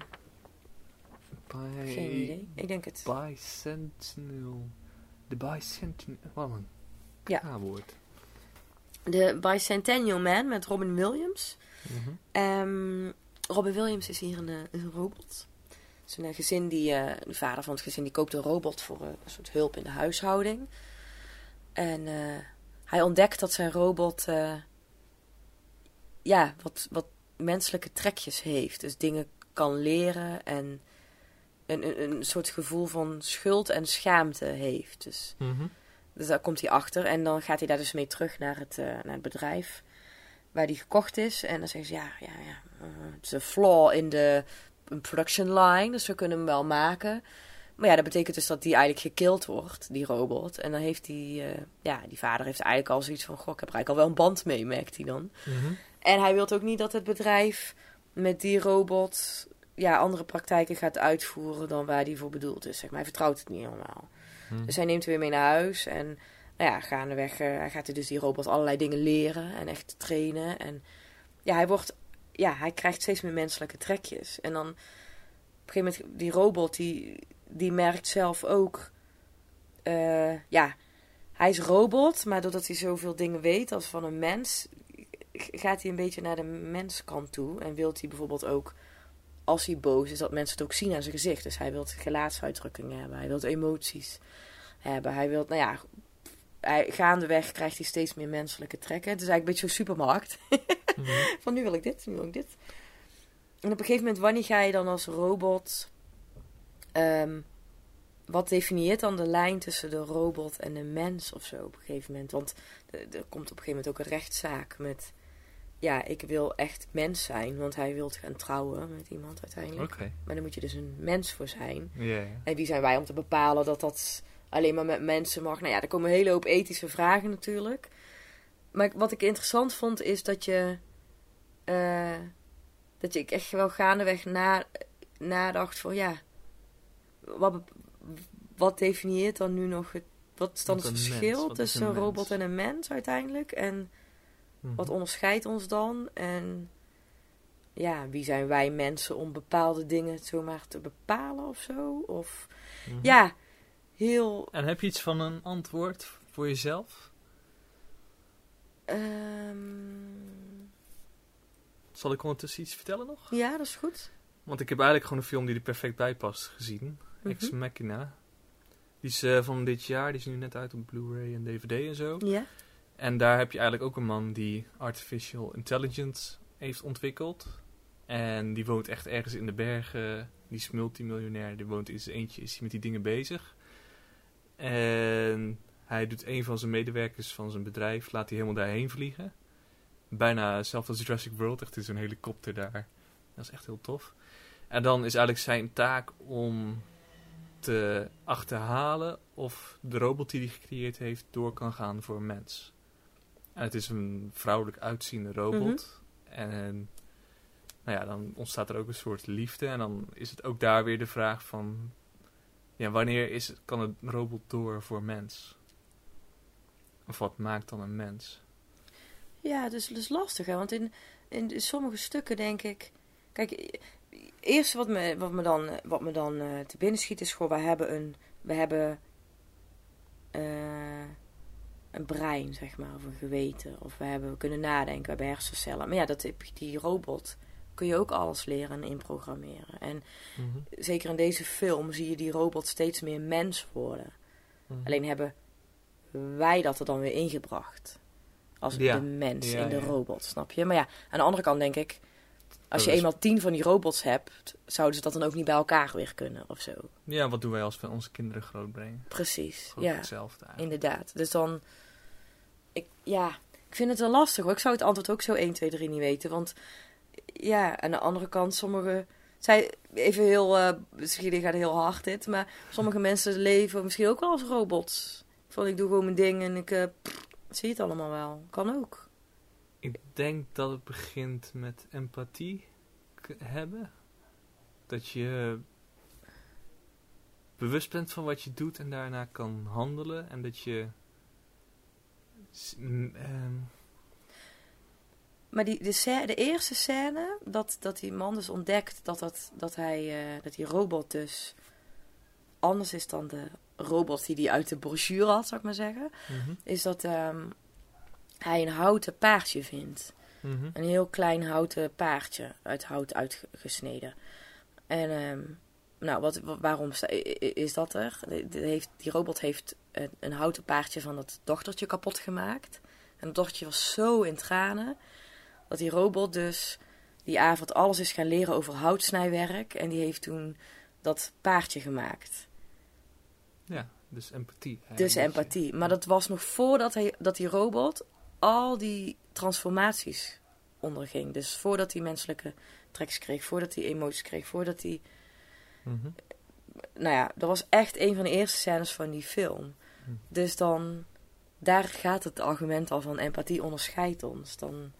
Bij... Geen idee. Ik denk het. Bicentennial. De Bicentennial. Wat een Ja. K-woord. De Bicentennial Man met Robin Williams. Mhm. Um, Robin Williams is hier een, uh, een robot. Het is een gezin die, uh, de vader van het gezin, die koopt een robot voor uh, een soort hulp in de huishouding. En uh, hij ontdekt dat zijn robot uh, ja, wat, wat menselijke trekjes heeft. Dus dingen kan leren en een, een, een soort gevoel van schuld en schaamte heeft. Dus, Mhm. dus daar komt hij achter en dan gaat hij daar dus mee terug naar het, uh, naar het bedrijf waar die gekocht is. En dan zeggen ze, ja, ja, ja, uh, het is een flaw in de production line, dus we kunnen hem wel maken. Maar ja, dat betekent dus dat die eigenlijk gekild wordt, die robot. En dan heeft die, uh, ja, die vader heeft eigenlijk al zoiets van, goh, ik heb er eigenlijk al wel een band mee, merkt hij dan. Mhm. En hij wil ook niet dat het bedrijf met die robot, ja, andere praktijken gaat uitvoeren dan waar die voor bedoeld is. Zeg maar. Hij vertrouwt het niet helemaal. Mhm. Dus hij neemt hem weer mee naar huis en nou ja, gaandeweg uh, hij gaat hij dus die robot allerlei dingen leren en echt trainen. En ja, hij wordt, ja, hij krijgt steeds meer menselijke trekjes. En dan op een gegeven moment, die robot, die, die merkt zelf ook, uh, ja, hij is robot, maar doordat hij zoveel dingen weet als van een mens, gaat hij een beetje naar de menskant toe. En wil hij bijvoorbeeld ook, als hij boos is, dat mensen het ook zien aan zijn gezicht. Dus hij wil gelaatsuitdrukkingen hebben, hij wil emoties hebben. Hij wil, nou ja, hij, gaandeweg krijgt hij steeds meer menselijke trekken. Het is eigenlijk een beetje zo'n supermarkt. Mhm. Van nu wil ik dit, nu wil ik dit. En op een gegeven moment, wanneer ga je dan als robot... Um, wat definieert dan de lijn tussen de robot en de mens of zo op een gegeven moment? Want er, er komt op een gegeven moment ook een rechtszaak met... Ja, ik wil echt mens zijn, want hij wil gaan trouwen met iemand uiteindelijk. Oké. Maar dan moet je dus een mens voor zijn. Ja, ja. En wie zijn wij om te bepalen dat dat alleen maar met mensen mag? Nou ja, er komen een hele hoop ethische vragen natuurlijk. Maar wat ik interessant vond is dat je... Uh, dat je ik echt wel gaandeweg na, nadacht van ja... Wat, wat definieert dan nu nog het... Wat is dan Wat het een verschil mens, wat is tussen een een robot mens? en een mens uiteindelijk? En Mhm. wat onderscheidt ons dan? En ja, wie zijn wij mensen om bepaalde dingen zomaar te bepalen of zo? Of Mhm. ja, heel... En heb je iets van een antwoord voor jezelf? Um, Zal ik ondertussen iets vertellen nog? ja, dat is goed. Want ik heb eigenlijk gewoon een film die er perfect bij past gezien. Mhm. Ex Machina. Die is uh, van dit jaar. Die is nu net uit op Blu-ray en D V D en zo. Ja. En daar heb je eigenlijk ook een man die artificial intelligence heeft ontwikkeld. En die woont echt ergens in de bergen. Die is multimiljonair. Die woont in zijn eentje. Is hij met die dingen bezig. En hij doet een van zijn medewerkers van zijn bedrijf. Laat hij helemaal daarheen vliegen. Bijna hetzelfde als Jurassic World. Echt in zo'n helikopter daar. Dat is echt heel tof. En dan is eigenlijk zijn taak om te achterhalen of de robot die hij gecreëerd heeft door kan gaan voor een mens. En het is een vrouwelijk uitziende robot. Mm-hmm. En nou ja, dan ontstaat er ook een soort liefde. En dan is het ook daar weer de vraag van... Ja, wanneer is, kan een robot door voor mens? Of wat maakt dan een mens? Ja, het is, het is lastig, hè. Want in, in sommige stukken denk ik... Kijk, eerst wat me, wat me dan, wat me dan uh, te binnen schiet is gewoon... We hebben een... We hebben... Uh, een brein, zeg maar, of een geweten. Of we, hebben, we kunnen nadenken, we hebben hersencellen. Maar ja, dat, die robot kun je ook alles leren en inprogrammeren. En mm-hmm. zeker in deze film zie je die robot steeds meer mens worden. Mm-hmm. Alleen hebben wij dat er dan weer ingebracht. Als ja. de mens ja, in de ja. robot, snap je? Maar ja, aan de andere kant denk ik... Als je is... eenmaal tien van die robots hebt... zouden ze dat dan ook niet bij elkaar weer kunnen, of zo. Ja, wat doen wij als we onze kinderen grootbrengen? Precies, Gewoon ja. hetzelfde eigenlijk. Inderdaad. Dus dan... Ik, ja, ik vind het wel lastig, hoor. Ik zou het antwoord ook zo één, twee, drie niet weten. Want ja, aan de andere kant, sommige... Zij, even heel... Uh, misschien gaat heel hard dit, maar... Sommige mensen leven misschien ook wel als robots. Van, ik doe gewoon mijn ding en ik... Uh, pff, zie het allemaal wel. Kan ook. Ik denk dat het begint met empathie k- hebben. Dat je bewust bent van wat je doet en daarna kan handelen. En dat je... Mm, um... Maar die, de, scène, de eerste scène, dat, dat die man dus ontdekt dat, dat, dat, hij, uh, dat die robot dus anders is dan de robot die hij uit de brochure had, zou ik maar zeggen. Mm-hmm. Is dat... Um, hij een houten paardje vindt. Mm-hmm. Een heel klein houten paardje uit hout uitgesneden. En um, nou, wat, wat, waarom sta, is dat er? De, de heeft, die robot heeft een, een houten paardje van dat dochtertje kapot gemaakt. En het dochtertje was zo in tranen... dat die robot dus die avond alles is gaan leren over houtsnijwerk. En die heeft toen dat paardje gemaakt. Ja, dus empathie. Dus empathie. Maar dat was nog voordat hij, dat die robot... al die transformaties onderging. Dus voordat hij menselijke treks kreeg, voordat hij emoties kreeg, voordat hij... Mm-hmm. Nou ja, dat was echt een van de eerste scènes van die film. Mm. Dus dan, daar gaat het argument al van empathie onderscheidt ons. Dan,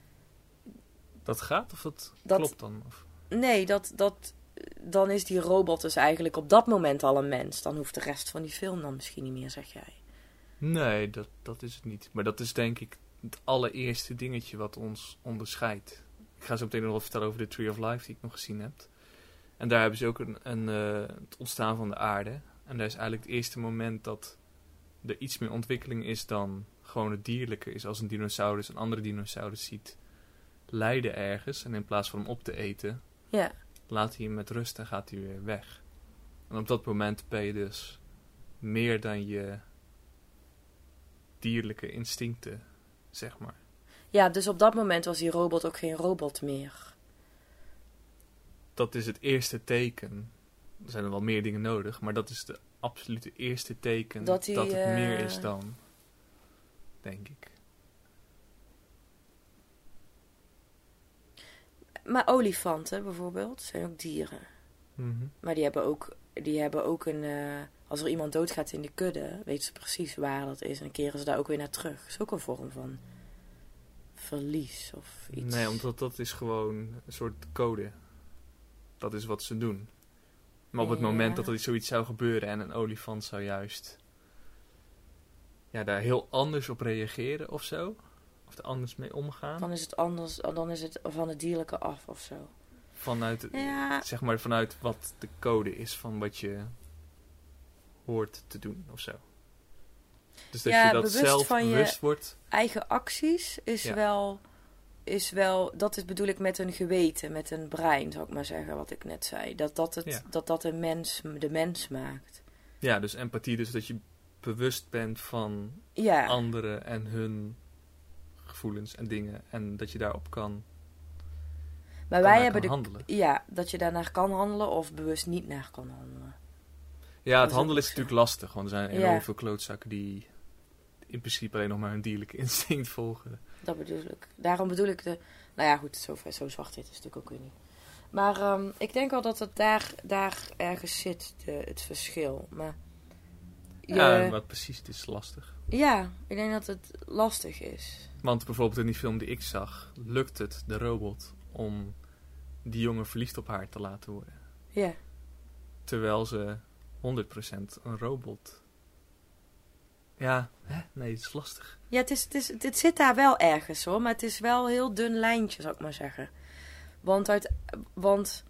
dat gaat of dat, dat klopt dan? Of? Nee, dat, dat, dan is die robot dus eigenlijk op dat moment al een mens. Dan hoeft de rest van die film dan misschien niet meer, zeg jij. Nee, dat, dat is het niet. Maar dat is denk ik het allereerste dingetje wat ons onderscheidt. Ik ga zo meteen nog wat vertellen over de Tree of Life die ik nog gezien heb. En daar hebben ze ook een, een, uh, het ontstaan van de aarde. En daar is eigenlijk het eerste moment dat er iets meer ontwikkeling is dan gewoon het dierlijke is. Als een dinosaurus een andere dinosaurus ziet lijden ergens. En in plaats van hem op te eten, ja. laat hij hem met rust en gaat hij weer weg. En op dat moment ben je dus meer dan je... dierlijke instincten, zeg maar. Ja, dus op dat moment was die robot ook geen robot meer. Dat is het eerste teken. Er zijn er wel meer dingen nodig, maar dat is de absolute eerste teken dat, die, dat het uh... meer is dan, denk ik. Maar olifanten bijvoorbeeld zijn ook dieren. Mm-hmm. Maar die hebben ook, die hebben ook een... Uh, als er iemand doodgaat in de kudde, weten ze precies waar dat is. En dan keren ze daar ook weer naar terug. Dat is ook een vorm van verlies of iets. Nee, omdat dat is gewoon een soort code. Dat is wat ze doen. Maar op het ja. moment dat er zoiets zou gebeuren en een olifant zou juist... ja, daar heel anders op reageren of zo. Of er anders mee omgaan. Dan is het anders, dan is het van het dierlijke af of zo. Vanuit, ja. zeg maar, vanuit wat de code is van wat je hoort te doen of zo. Dus dat ja, je dat zelf van bewust je wordt. Eigen acties is, ja. wel, is wel, dat is bedoel ik met een geweten, met een brein, zou ik maar zeggen, wat ik net zei. Dat dat, het, ja. dat, dat een mens, de mens maakt. Ja, dus empathie, dus dat je bewust bent van ja. anderen en hun gevoelens en dingen. En dat je daarop kan, maar kan wij hebben de, handelen. Ja, dat je daarnaar kan handelen of bewust niet naar kan handelen. Ja, het handelen is natuurlijk lastig. Want er zijn enorm ja. veel klootzakken die in principe alleen nog maar hun dierlijke instinct volgen. Dat bedoel ik. Daarom bedoel ik de... Nou ja, goed, zo, zo zwart-wit is het natuurlijk ook weer niet. Maar um, ik denk wel dat het daar, daar ergens zit, de, het verschil. Maar je, Ja, wat precies, het is lastig. ja, ik denk dat het lastig is. Want bijvoorbeeld in die film die ik zag, lukt het de robot om die jongen verliefd op haar te laten worden. Ja. Terwijl ze honderd procent een robot... Ja, hè? Nee, het is lastig. Ja, het, is, het, is, het zit daar wel ergens hoor, maar het is wel een heel dun lijntje, zou ik maar zeggen. Want uit... Want...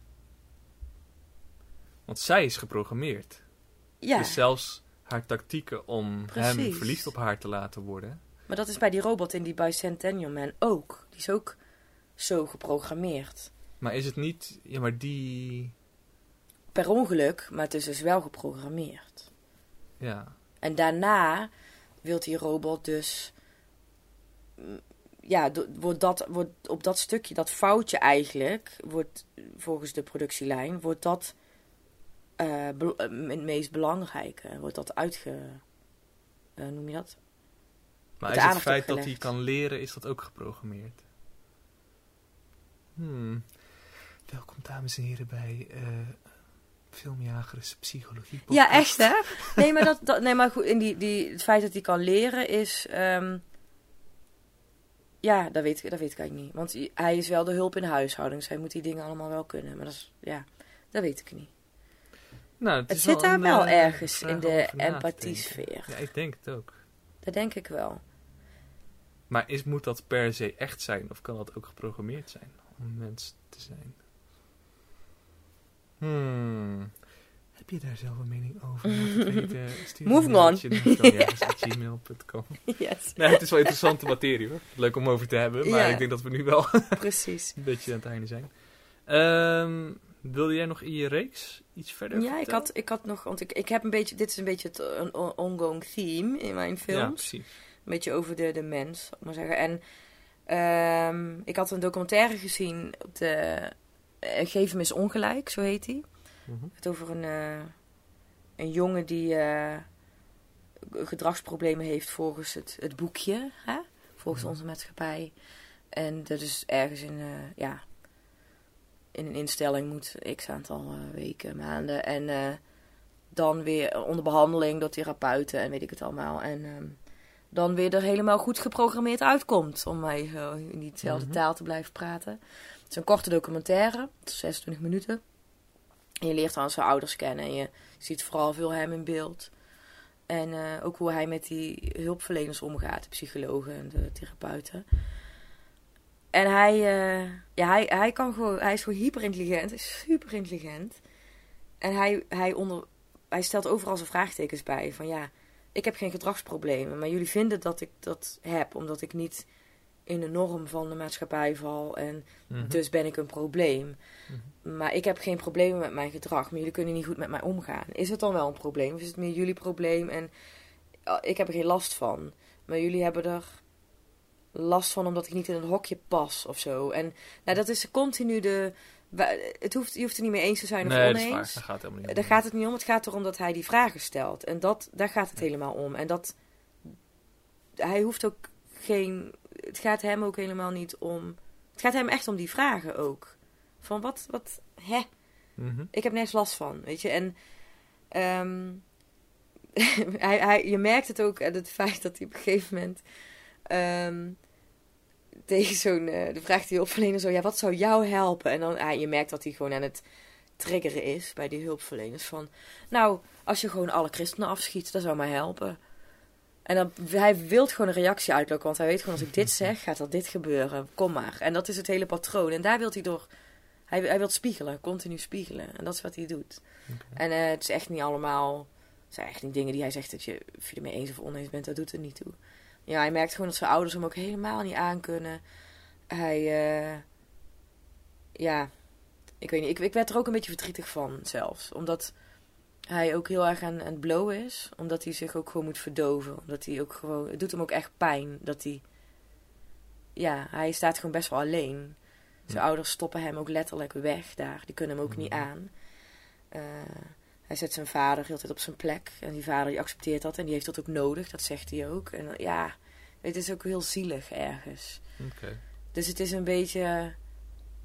Want zij is geprogrammeerd. Ja, Dus zelfs haar tactieken om hem Precies. verliefd op haar te laten worden... maar dat is bij die robot in die Bicentennial Man ook. Die is ook zo geprogrammeerd. Maar is het niet... Ja, maar die... Per ongeluk, maar het is dus wel geprogrammeerd. Ja, En daarna wil die robot dus... mm, Ja, do- wordt dat, wordt op dat stukje, dat foutje eigenlijk... wordt volgens de productielijn... wordt dat eh, be- eh, het meest belangrijke. Wordt dat uitge... eh, noem je dat? maar de is het aandacht feit dat hij opgelegd. kan leren, is dat ook geprogrammeerd? Hmm. Welkom dames en heren bij uh, Filmjagers Psychologie Ja, echt hè? Nee, maar, dat, dat, nee, maar goed, in die, die, het feit dat hij kan leren is... Um, ja, dat weet, ik, dat weet ik eigenlijk niet. Want hij is wel de hulp in de huishouding. Dus hij moet die dingen allemaal wel kunnen. Maar dat is, ja, dat weet ik niet. Nou, Het is zit daar een, wel uh, ergens vraag in de om over na te empathiesfeer. denken. Ja, ik denk het ook. Dat denk ik wel. Maar is, moet dat per se echt zijn? Of kan dat ook geprogrammeerd zijn om mens te zijn? Hmm. Heb je daar zelf een mening over? Laat het weten. Stuur Move een on. mailtje naar filmjagers at gmail punt com. Yes, Nee, het is wel interessante materie hoor. Leuk om over te hebben. Maar Ja. ik denk dat we nu wel precies. een beetje aan het einde zijn. Um, wilde jij nog in je reeks iets verder Ja, ik vertellen? had, ik had nog... Want ik, ik heb een beetje... Dit is een beetje het, een on- ongoing theme in mijn films. Ja, precies. Een beetje over de, de mens, zal ik maar zeggen. En um, ik had een documentaire gezien op de... Uh, Geef hem eens ongelijk, zo heet die. Mm-hmm. Het over een, uh, een jongen die uh, gedragsproblemen heeft volgens het, het boekje. Hè? Volgens onze maatschappij. En dat is ergens in, uh, ja, in een instelling moet x aantal uh, weken, maanden. En uh, dan weer onder behandeling door therapeuten en weet ik het allemaal. En um, dan weer er helemaal goed geprogrammeerd uitkomt. Om mij uh, in diezelfde Mm-hmm. taal te blijven praten. Het is een korte documentaire, zesentwintig minuten. En je leert dan zijn ouders kennen en je ziet vooral veel hem in beeld. En uh, ook hoe hij met die hulpverleners omgaat, de psychologen en de therapeuten. En hij, uh, ja, hij, hij, kan gewoon, hij is gewoon hyperintelligent, hij is super intelligent. En hij, hij, onder, hij stelt overal zijn vraagtekens bij. Van ja, ik heb geen gedragsproblemen, maar jullie vinden dat ik dat heb, omdat ik niet in de norm van de maatschappij val en Mm-hmm. dus ben ik een probleem. Mm-hmm. Maar ik heb geen problemen met mijn gedrag, maar jullie kunnen niet goed met mij omgaan. Is het dan wel een probleem? Of is het meer jullie probleem en uh, ik heb er geen last van. Maar jullie hebben er last van omdat ik niet in een hokje pas of zo. En nou, dat is continu de... Het hoeft, je hoeft het niet mee eens te zijn of Nee, dat is waar. oneens. Daar gaat het helemaal niet om. Daar gaat het niet om. Het gaat erom dat hij die vragen stelt. En dat, daar gaat het helemaal om. En dat... Hij hoeft ook geen... Het gaat hem ook helemaal niet om... Het gaat hem echt om die vragen ook. Van wat... wat hè? Mm-hmm. Ik heb nergens last van, weet je. En... Um, hij, hij, je merkt het ook aan het feit dat hij op een gegeven moment... Um, tegen zo'n... Uh, de vraagt die hulpverlener zo... Ja, wat zou jou helpen? En dan... Uh, je merkt dat hij gewoon aan het triggeren is bij die hulpverleners. Van... Nou, als je gewoon alle christenen afschiet, dat zou mij helpen. En dan, hij wil gewoon een reactie uitlokken. Want hij weet gewoon, als ik dit zeg, gaat er dit gebeuren. Kom maar. En dat is het hele patroon. En daar wil hij door... Hij, hij wil spiegelen. Continu spiegelen. En dat is wat hij doet. Okay. En uh, het is echt niet allemaal... Het zijn echt niet dingen die hij zegt dat je... Of je ermee eens of oneens bent, dat doet er niet toe. Ja, hij merkt gewoon dat zijn ouders hem ook helemaal niet aankunnen. Hij... Uh, ja... Ik weet niet. Ik, ik werd er ook een beetje verdrietig van zelfs. Omdat... hij ook heel erg aan, aan het blowen is. Omdat hij zich ook gewoon moet verdoven. Omdat hij ook gewoon... Het doet hem ook echt pijn. Dat hij... Ja, hij staat gewoon best wel alleen. Zijn ja. ouders stoppen hem ook letterlijk weg daar. Die kunnen hem ook niet aan. Uh, hij zet zijn vader heel tijd op zijn plek. En die vader die accepteert dat. En die heeft dat ook nodig. Dat zegt hij ook. En ja, het is ook heel zielig ergens. Okay. Dus het is een beetje...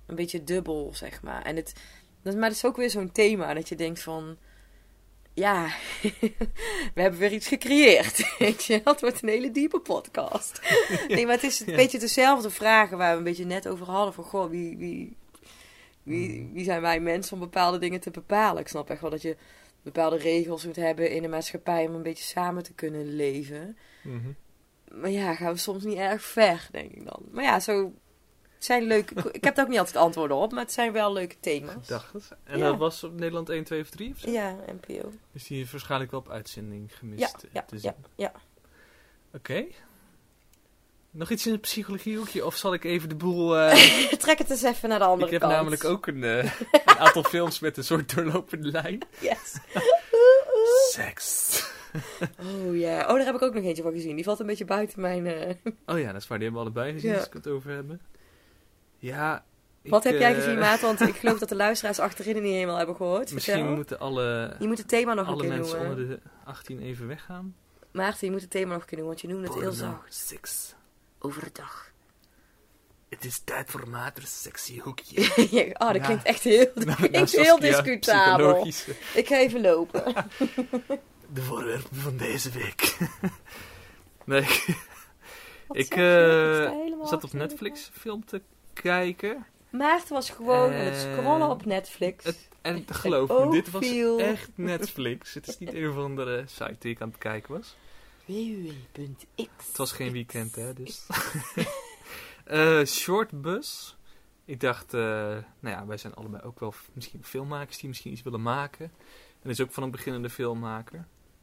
een beetje dubbel, zeg maar. En het, dat, maar het is ook weer zo'n thema dat je denkt van... Ja, we hebben weer iets gecreëerd. Weet je, dat wordt een hele diepe podcast. Nee, maar het is een ja. beetje dezelfde vragen waar we een beetje net over hadden. Van, goh, wie, wie, wie, wie zijn wij mensen om bepaalde dingen te bepalen? Ik snap echt wel dat je bepaalde regels moet hebben in de maatschappij om een beetje samen te kunnen leven. Mm-hmm. Maar ja, gaan we soms niet erg ver, denk ik dan. Maar ja, zo... Het zijn leuke... Ik heb er ook niet altijd antwoorden op, maar het zijn wel leuke thema's. Ik dacht het. En ja. dat was op Nederland één, twee of drie of zo? Ja, N P O. Dus die is waarschijnlijk wel op uitzending gemist ja, te ja, zien. Ja, ja. Oké. Okay. Nog iets in het psychologiehoekje, of zal ik even de boel... Uh... Trek het eens even naar de andere kant. Ik heb kant. namelijk ook een, uh, een aantal films met een soort doorlopende lijn. Yes. Seks. Oh ja. Yeah. Oh, daar heb ik ook nog eentje van gezien. Die valt een beetje buiten mijn... Uh... Oh ja, dat is waar. Die hebben we allebei gezien, ja. Als ik het over hebben. Ja... Ik, Wat heb jij uh... gezien, Maat? Want ik geloof dat de luisteraars achterin het niet helemaal hebben gehoord. Misschien Vertel. moeten alle... Je moet het thema nog alle een keer mensen noemen. onder de achttien even weggaan. Maarten, je moet het thema nog een keer noemen, want je noemde het heel zacht. Seks. Overdag. Het is tijd voor mater sexy hoekje. ja, oh, dat ja. klinkt echt heel, dat nou, klinkt nou, heel discutabel. Ik ga even lopen. De voorwerpen van deze week. nee, ik uh, zat op Netflix film te kijken. Maarten was gewoon aan het scrollen op Netflix. Het, en geloof me, dit was echt Netflix. Het is niet een of andere site die ik aan het kijken was. w w w punt x Het was geen weekend, hè, dus... uh, Shortbus. Ik dacht, uh, nou ja, wij zijn allebei ook wel f- misschien filmmakers die misschien iets willen maken. En dat is ook van een beginnende filmmaker.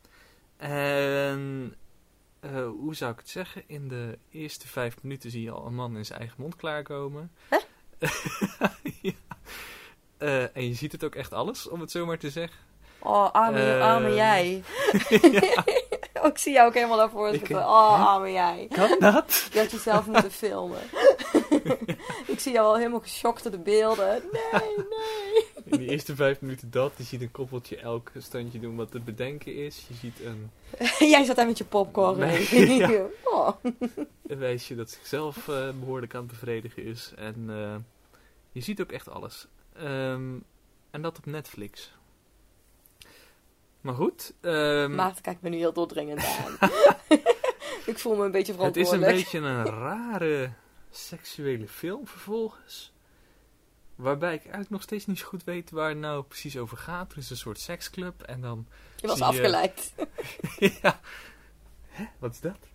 En uh, hoe zou ik het zeggen? In de eerste vijf minuten zie je al een man in zijn eigen mond klaarkomen. Huh? ja. uh, en je ziet het ook echt alles, om het zo maar te zeggen. Oh, arme, uh, arme jij. oh, ik zie jou ook helemaal daarvoor zitten. Ik, oh, arme jij. Kan dat? Je had jezelf moeten filmen. ik zie jou al helemaal geschokt door de beelden. Nee, nee. In de eerste vijf minuten dat. Je ziet een koppeltje elk standje doen wat te bedenken is. Je ziet een... Jij zat daar met je popcorn. Nee, ja. oh. Een meisje dat zichzelf uh, behoorlijk aan het bevredigen is. En uh, je ziet ook echt alles. Um, en dat op Netflix. Maar goed. Um, Maarten kijkt me nu heel doordringend aan. ik voel me een beetje verantwoordelijk. Het is een beetje een rare seksuele film vervolgens. Waarbij ik eigenlijk nog steeds niet zo goed weet waar het nou precies over gaat. Er is een soort seksclub en dan... Je was afgeleid. Je... ja. Hè? Wat is dat?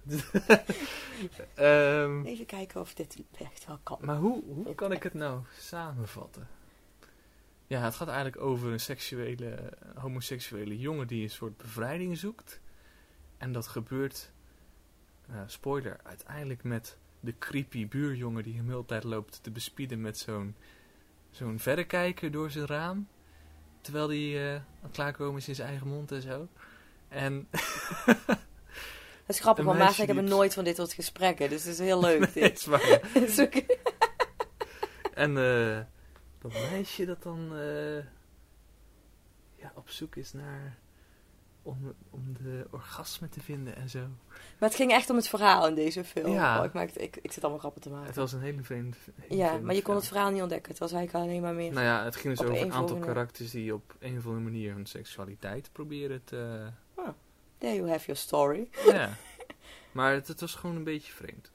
um, Even kijken of dit echt wel kan. Maar hoe, hoe kan ik het nou samenvatten? Ja, het gaat eigenlijk over een seksuele, homoseksuele jongen die een soort bevrijding zoekt. En dat gebeurt, uh, spoiler, uiteindelijk met de creepy buurjongen die hem de hele tijd loopt te bespieden met zo'n, zo'n verrekijker door zijn raam. Terwijl hij uh, aan het klaarkomen is in zijn eigen mond en zo. En... Het is grappig, want Maarten en ik hebben nooit van dit soort gesprekken. Dus het is heel leuk. Nee, dit. Het is waar. okay. En uh, dat meisje dat dan uh, ja, op zoek is naar... Om, om de orgasme te vinden en zo. Maar het ging echt om het verhaal in deze film. Ja. Oh, ik, maakte, ik, ik zit allemaal grappen te maken. Het was een hele vreemde hele Ja, vreemde maar je kon film. het verhaal niet ontdekken. Het was eigenlijk alleen maar meer... Nou ja, het ging dus over een aantal volgende... karakters die op een of andere manier hun seksualiteit proberen te... Oh, there you have your story. Ja, maar het, het was gewoon een beetje vreemd.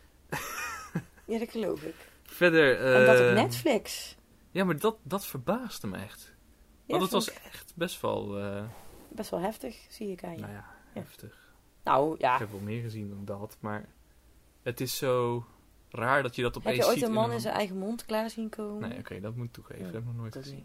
Ja, dat geloof ik. Verder... Uh, en dat op Netflix. Ja, maar dat, dat verbaasde me echt. Ja, Want het was ik... echt best wel... Uh, best wel heftig, zie ik eigenlijk. Nou ja, ja. heftig. Nou, ja. Ik heb wel meer gezien dan dat, maar het is zo raar dat je dat opeens ziet. Heb je ooit ziet een man in in zijn eigen mond klaar zien komen? Nee, oké, okay, dat moet ik toegeven. Ja, dat heb ik nog nooit dat gezien.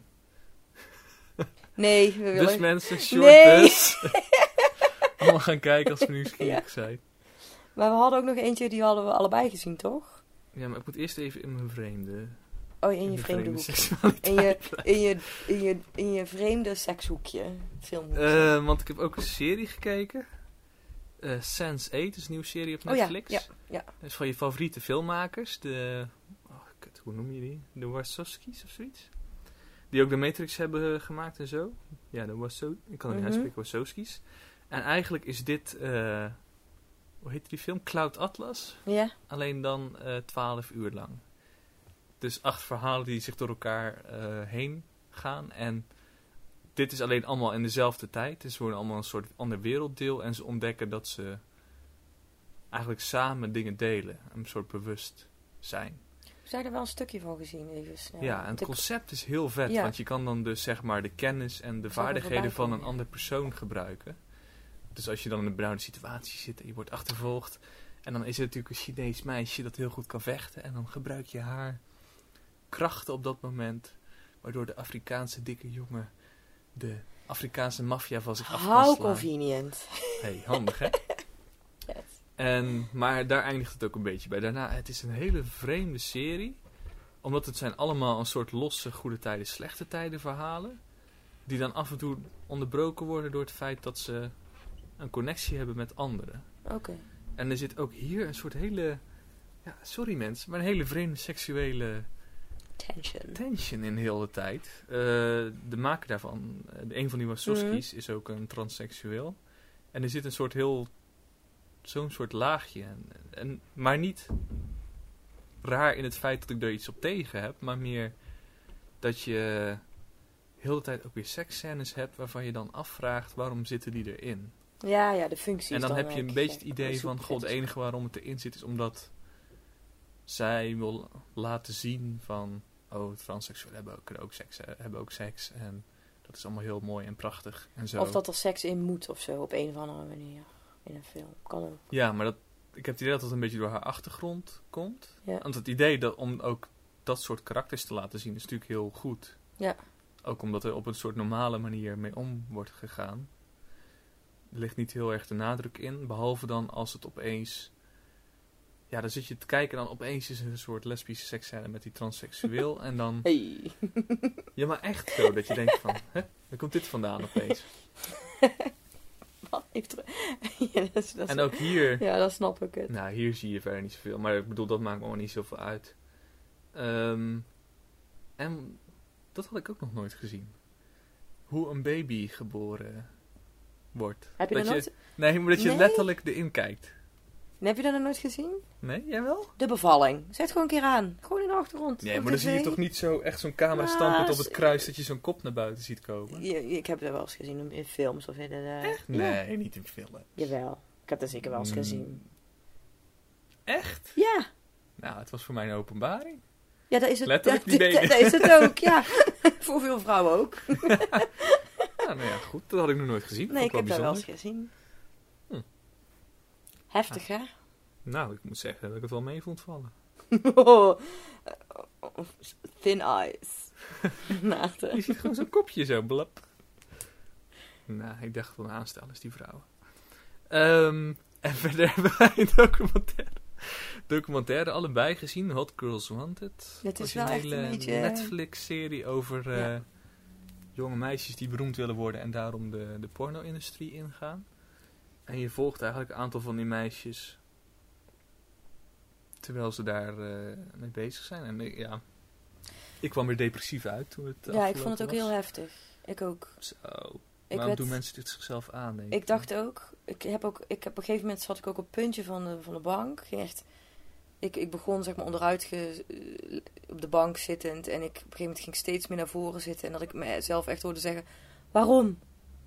Nee, we willen... Dus mensen, short nee. bus. Allemaal gaan kijken als we nieuwsgierig ja. zijn. Maar we hadden ook nog eentje, die hadden we allebei gezien, toch? Ja, maar ik moet eerst even in mijn vreemde... Oh, in je in vreemde, vreemde hoek. In je, in, je, in, je, in je vreemde sekshoekje. Filmhoekje. Uh, want ik heb ook een serie gekeken. Uh, sense eight is een nieuwe serie op Netflix. Oh, ja, ja, ja. Dat is van je favoriete filmmakers. De... Oh, kut, hoe noem je die? De Wachowski's of zoiets? Die ook de Matrix hebben gemaakt en zo. Ja, de Wacho... Ik kan het niet uitspreken. Wachowski's. En eigenlijk is dit... Uh, hoe heet die film? Cloud Atlas. Ja. Alleen dan uh, twaalf uur lang. dus acht verhalen die zich door elkaar uh, heen gaan. En dit is alleen allemaal in dezelfde tijd. Dus ze worden allemaal een soort ander werelddeel. En ze ontdekken dat ze eigenlijk samen dingen delen. Een soort bewustzijn. We zijn er wel een stukje van gezien, even snel. Ja, en het De- concept is heel vet. Ja. Want je kan dan dus zeg maar de kennis en de Zal er vaardigheden voorbij van komen, een ja. ander persoon gebruiken. Dus als je dan in een bruine situatie zit en je wordt achtervolgd. En dan is er natuurlijk een Chinees meisje dat heel goed kan vechten. En dan gebruik je haar krachten op dat moment. Waardoor de Afrikaanse dikke jongen de Afrikaanse maffia van zich af kan How slaan. convenient. Hey, handig hè? Yes. En, maar daar eindigt het ook een beetje bij. Daarna, het is een hele vreemde serie. Omdat het zijn allemaal een soort losse goede tijden, slechte tijden verhalen. Die dan af en toe onderbroken worden door het feit dat ze een connectie hebben met anderen. Oké. En er zit ook hier een soort hele, ja, sorry mensen, maar een hele vreemde seksuele Tension. tension in heel de tijd. Uh, de maker daarvan, uh, een van die Wachowski's, Mhm. is ook een transseksueel. En er zit een soort heel, zo'n soort laagje. En, en, maar niet raar in het feit dat ik er iets op tegen heb, maar meer dat je heel de tijd ook weer seksscènes hebt waarvan je dan afvraagt waarom zitten die erin. Ja, ja, de functie En is dan heb je eh, een beetje het gek. idee Dat is van, super god, het vet. enige waarom het erin zit is omdat zij wil laten zien van, oh, transseksuelen hebben ook, kunnen ook seks, eh, hebben ook seks. En dat is allemaal heel mooi en prachtig en zo. Of dat er seks in moet of zo, op een of andere manier. In een film. Kan ook. Ja, maar dat, ik heb het idee dat het een beetje door haar achtergrond komt. Ja. Want het idee dat, om ook dat soort karakters te laten zien is natuurlijk heel goed. Ja. Ook omdat er op een soort normale manier mee om wordt gegaan. Er ligt niet heel erg de nadruk in. Behalve dan als het opeens... Ja, dan zit je te kijken en dan opeens is er een soort lesbische seksscène met die transseksueel. En dan... Hey. Ja, maar echt zo. Dat je denkt van... Hè, waar komt dit vandaan opeens? Wat heeft er... ja, dat is, dat is... En ook hier... Ja, dat snap ik het. Nou, hier zie je verder niet zoveel. Maar ik bedoel, dat maakt me ook niet zoveel uit. Ehm, en dat had ik ook nog nooit gezien. Hoe een baby geboren wordt. Heb je dat dat nooit... Nee, maar dat je Nee? letterlijk erin kijkt. Heb je dat nog nooit gezien? Nee, jij wel? De bevalling. Zet gewoon een keer aan. Gewoon in de achtergrond. Nee, op maar dan tv. zie je toch niet zo echt zo'n camera Nou, standpunt op s- het kruis dat je zo'n kop naar buiten ziet komen? Ja, ik heb dat wel eens gezien in films of in de... Echt? Nee, niet in film. Jawel. Ik heb dat zeker wel eens Mm. gezien. Echt? Ja. Nou, het was voor mij een openbaring. Ja, dat is het. Letterlijk die dat, benen. dat is het ook, ja. Voor veel vrouwen ook. Ja, nou ja, goed. Dat had ik nog nooit gezien. Nee, ik Vond heb dat wel eens bijzonder. gezien. Hm. Heftig, hè? Nou, ik moet zeggen dat ik het wel mee vond vallen. Oh, thin eyes. Maarten. Je ziet gewoon zo'n kopje zo, blap. Nou, ik dacht wel aanstellers, die vrouwen. Ehm, en verder hebben wij een documentaire, documentaire allebei gezien. Hot Girls Wanted. Het is wel echt een Originele beetje- Netflix-serie over eh, Ja. jonge meisjes die beroemd willen worden en daarom de, de porno-industrie ingaan. En je volgt eigenlijk een aantal van die meisjes terwijl ze daar eh, mee bezig zijn. En ik- ja, ik kwam er depressief uit toen het Ja, ik vond het ook afgelopen heel was. heftig. Ik ook. Zo. Ik, Waarom werd, doen mensen dit zichzelf aan, denk ik dacht ook, ik heb ook, ik heb op een gegeven moment zat ik ook op het puntje van de, van de bank. Ging echt, ik, ik begon zeg maar onderuit ge, eh, op de bank zittend en ik, op een gegeven moment ging ik steeds meer naar voren zitten. En dat ik mezelf echt hoorde zeggen, waarom?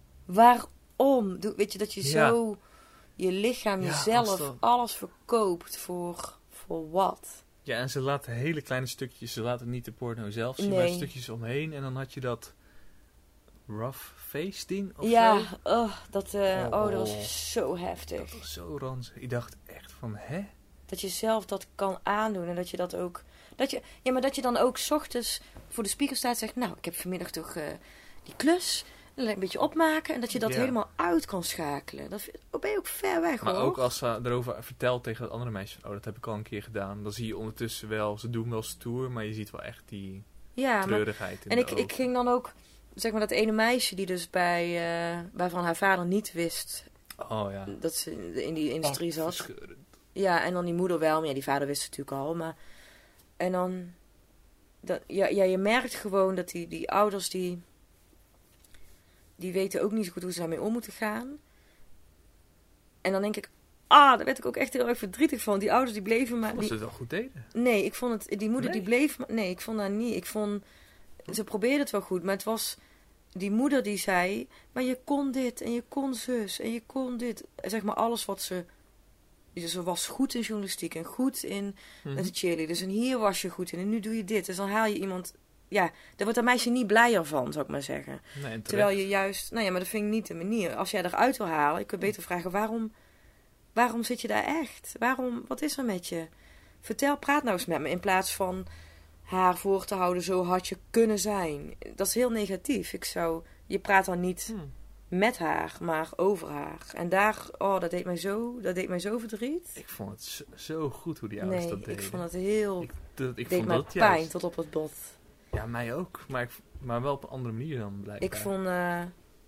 Waarom? Doe- Weet je, dat je Ja. zo je lichaam, Ja, als jezelf, dat- alles verkoopt voor, voor wat? Ja, en ze laten hele kleine stukjes, ze laten niet de porno zelf zien, Nee. maar stukjes omheen. En dan had je dat rough face ding of Ja, zo. oh, dat, eh, Oh. oh, dat was zo heftig. Dat was zo ranzig. Ik dacht echt van, hè? Dat je zelf dat kan aandoen en dat je dat ook... Dat je, ja, maar dat je dan ook 's ochtends voor de spiegel staat en zegt... Nou, ik heb vanmiddag toch eh, die klus. En dan een beetje opmaken en dat je dat Ja. helemaal uit kan schakelen. Dat vind- oh, ben je ook ver weg, Maar hoor. ook als ze erover vertelt tegen het andere meisje, van, oh, dat heb ik al een keer gedaan. Dan zie je ondertussen wel, ze doen wel stoer, maar je ziet wel echt die ja, maar, treurigheid in en de ik, ik ogen. ging dan ook... Zeg maar dat ene meisje die dus bij... eh, waarvan haar vader niet wist Oh ja. dat ze in die industrie zat. Verscheurend. Ja, en dan die moeder wel. Maar ja, die vader wist het natuurlijk al. Maar... En dan... Dat, ja, ja, je merkt gewoon dat die, die ouders die... Die weten ook niet zo goed hoe ze daarmee om moeten gaan. En dan denk ik... ah, daar werd ik ook echt heel erg verdrietig van. Die ouders die bleven maar... Was Die, ze het wel goed deden? nee, ik vond het... Die moeder Nee? die bleef... maar- nee, ik vond dat niet. Ik vond... Ze probeerde het wel goed, maar het was... Die moeder die zei... Maar je kon dit en je kon zus en je kon dit. Zeg maar alles wat ze... Ze was goed in journalistiek en goed in Mhm. de cheerleaders. En hier was je goed in en nu doe je dit. Dus dan haal je iemand... Ja, daar wordt dat meisje niet blijer van, zou ik maar zeggen. Nee, en terecht. Terwijl je juist... Nou ja, maar dat vind ik niet de manier. Als jij eruit wil halen, ik kan beter vragen... Waarom, waarom zit je daar echt? Waarom, wat is er met je? Vertel, praat nou eens met me. In plaats van haar voor te houden, zo had je kunnen zijn. Dat is heel negatief. Ik zou... Je praat dan niet Hmm. met haar, maar over haar. En daar... Oh, dat deed mij zo... Dat deed mij zo verdriet. Ik vond het zo, zo goed hoe die ouders Nee, dat deden. ik vond het heel... Ik, dat, ik deed vond mij dat pijn juist... tot op het bot. Ja, mij ook. Maar, ik, maar wel op een andere manier dan blijkbaar. Ik vond... eh,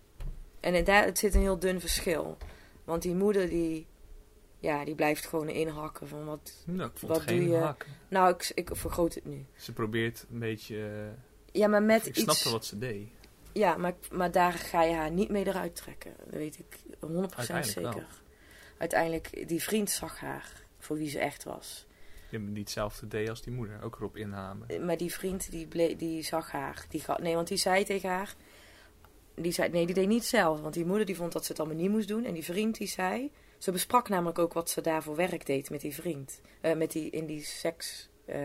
en het, daar, het zit een heel dun verschil. Want die moeder die... Ja, die blijft gewoon inhakken van wat... Nou, ik vond wat het geen doe je? hak. Nou, ik, ik vergroot het nu. Ze probeert een beetje... eh, Ja, maar met ik iets... snapte wat ze deed. Ja, maar, maar daar ga je haar niet mee eruit trekken. Dat weet ik honderd procent Uiteindelijk zeker. wel. Uiteindelijk, die vriend zag haar voor wie ze echt was. Je hebt niet hetzelfde deed als die moeder. Ook erop inhamen. Maar die vriend, die, ble- die zag haar. Die ga- nee, want die zei tegen haar... Die zei, nee, die deed niet zelf. Want die moeder die vond dat ze het allemaal niet moest doen. En die vriend die zei... Ze besprak namelijk ook wat ze daarvoor werk deed met die vriend. Eh, met die, in die seks... eh,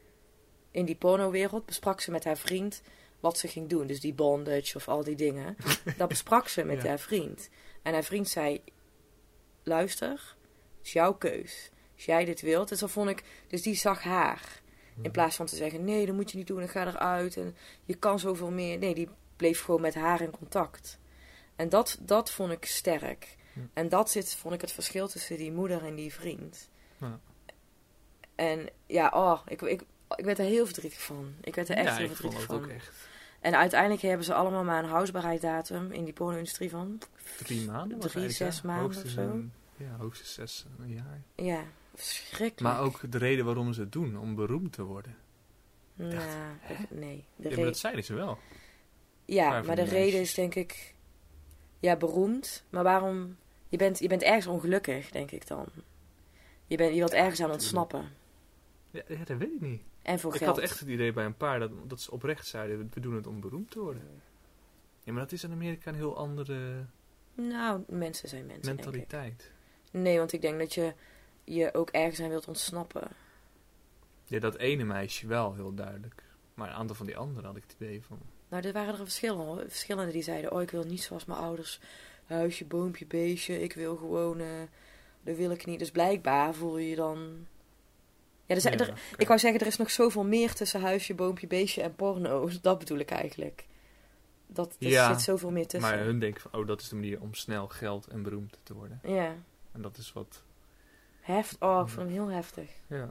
in die pornowereld besprak ze met haar vriend wat ze ging doen. Dus die bondage of al die dingen. Dat besprak ze met Ja. haar vriend. En haar vriend zei... Luister, het is jouw keus. Als jij dit wilt. Dus, dan vond ik, dus die zag haar. In plaats van te zeggen... Nee, dat moet je niet doen. En ga eruit. En je kan zoveel meer. Nee, die bleef gewoon met haar in contact. En dat, dat vond ik sterk. Hm. En dat zit, vond ik het verschil tussen die moeder en die vriend. Ja. En ja, oh, ik, ik, ik werd er heel verdrietig van. Ik werd er echt ja, heel ik vond verdrietig het van. ook echt. En uiteindelijk hebben ze allemaal maar een houdbaarheidsdatum in die porno-industrie van... Drie maanden? was Drie, eigenlijk, zes hè? maanden Hoogstens of zo. een- Ja, hoogstens zes een jaar. Ja, verschrikkelijk. Maar ook de reden waarom ze het doen, om beroemd te worden. Nou, Hè? dat- nee. De Ja, maar re- dat zeiden ze wel. ja, Waar maar van de die reden meisjes? is denk ik... Ja, beroemd. Maar waarom... Je bent, je bent ergens ongelukkig, denk ik dan. Je, bent, je wilt ergens aan ontsnappen. Ja, ja, dat weet ik niet. En voor Ik geld. had echt het idee bij een paar dat, dat ze oprecht zeiden, we doen het om beroemd te worden. Ja, maar dat is in Amerika een heel andere Nou, mensen zijn mensen, denk ik. mentaliteit. Nee, want ik denk dat je je ook ergens aan wilt ontsnappen. Ja, dat ene meisje wel, heel duidelijk. Maar een aantal van die anderen had ik het idee van... Nou, er waren er verschillende, verschillende die zeiden... Oh, ik wil niet zoals mijn ouders. Huisje, boompje, beestje. Ik wil gewoon... eh dat wil ik niet. Dus blijkbaar voel je je dan... Ja, er zijn, Ja, er, oké. ik wou zeggen, er is nog zoveel meer tussen huisje, boompje, beestje en porno. Dat bedoel ik eigenlijk. Dat, er Ja, zit zoveel meer tussen. Maar hun denken van, oh, dat is de manier om snel geld en beroemd te worden. Ja, En dat is wat... heft. Oh, ik vond hem heel heftig. Ja.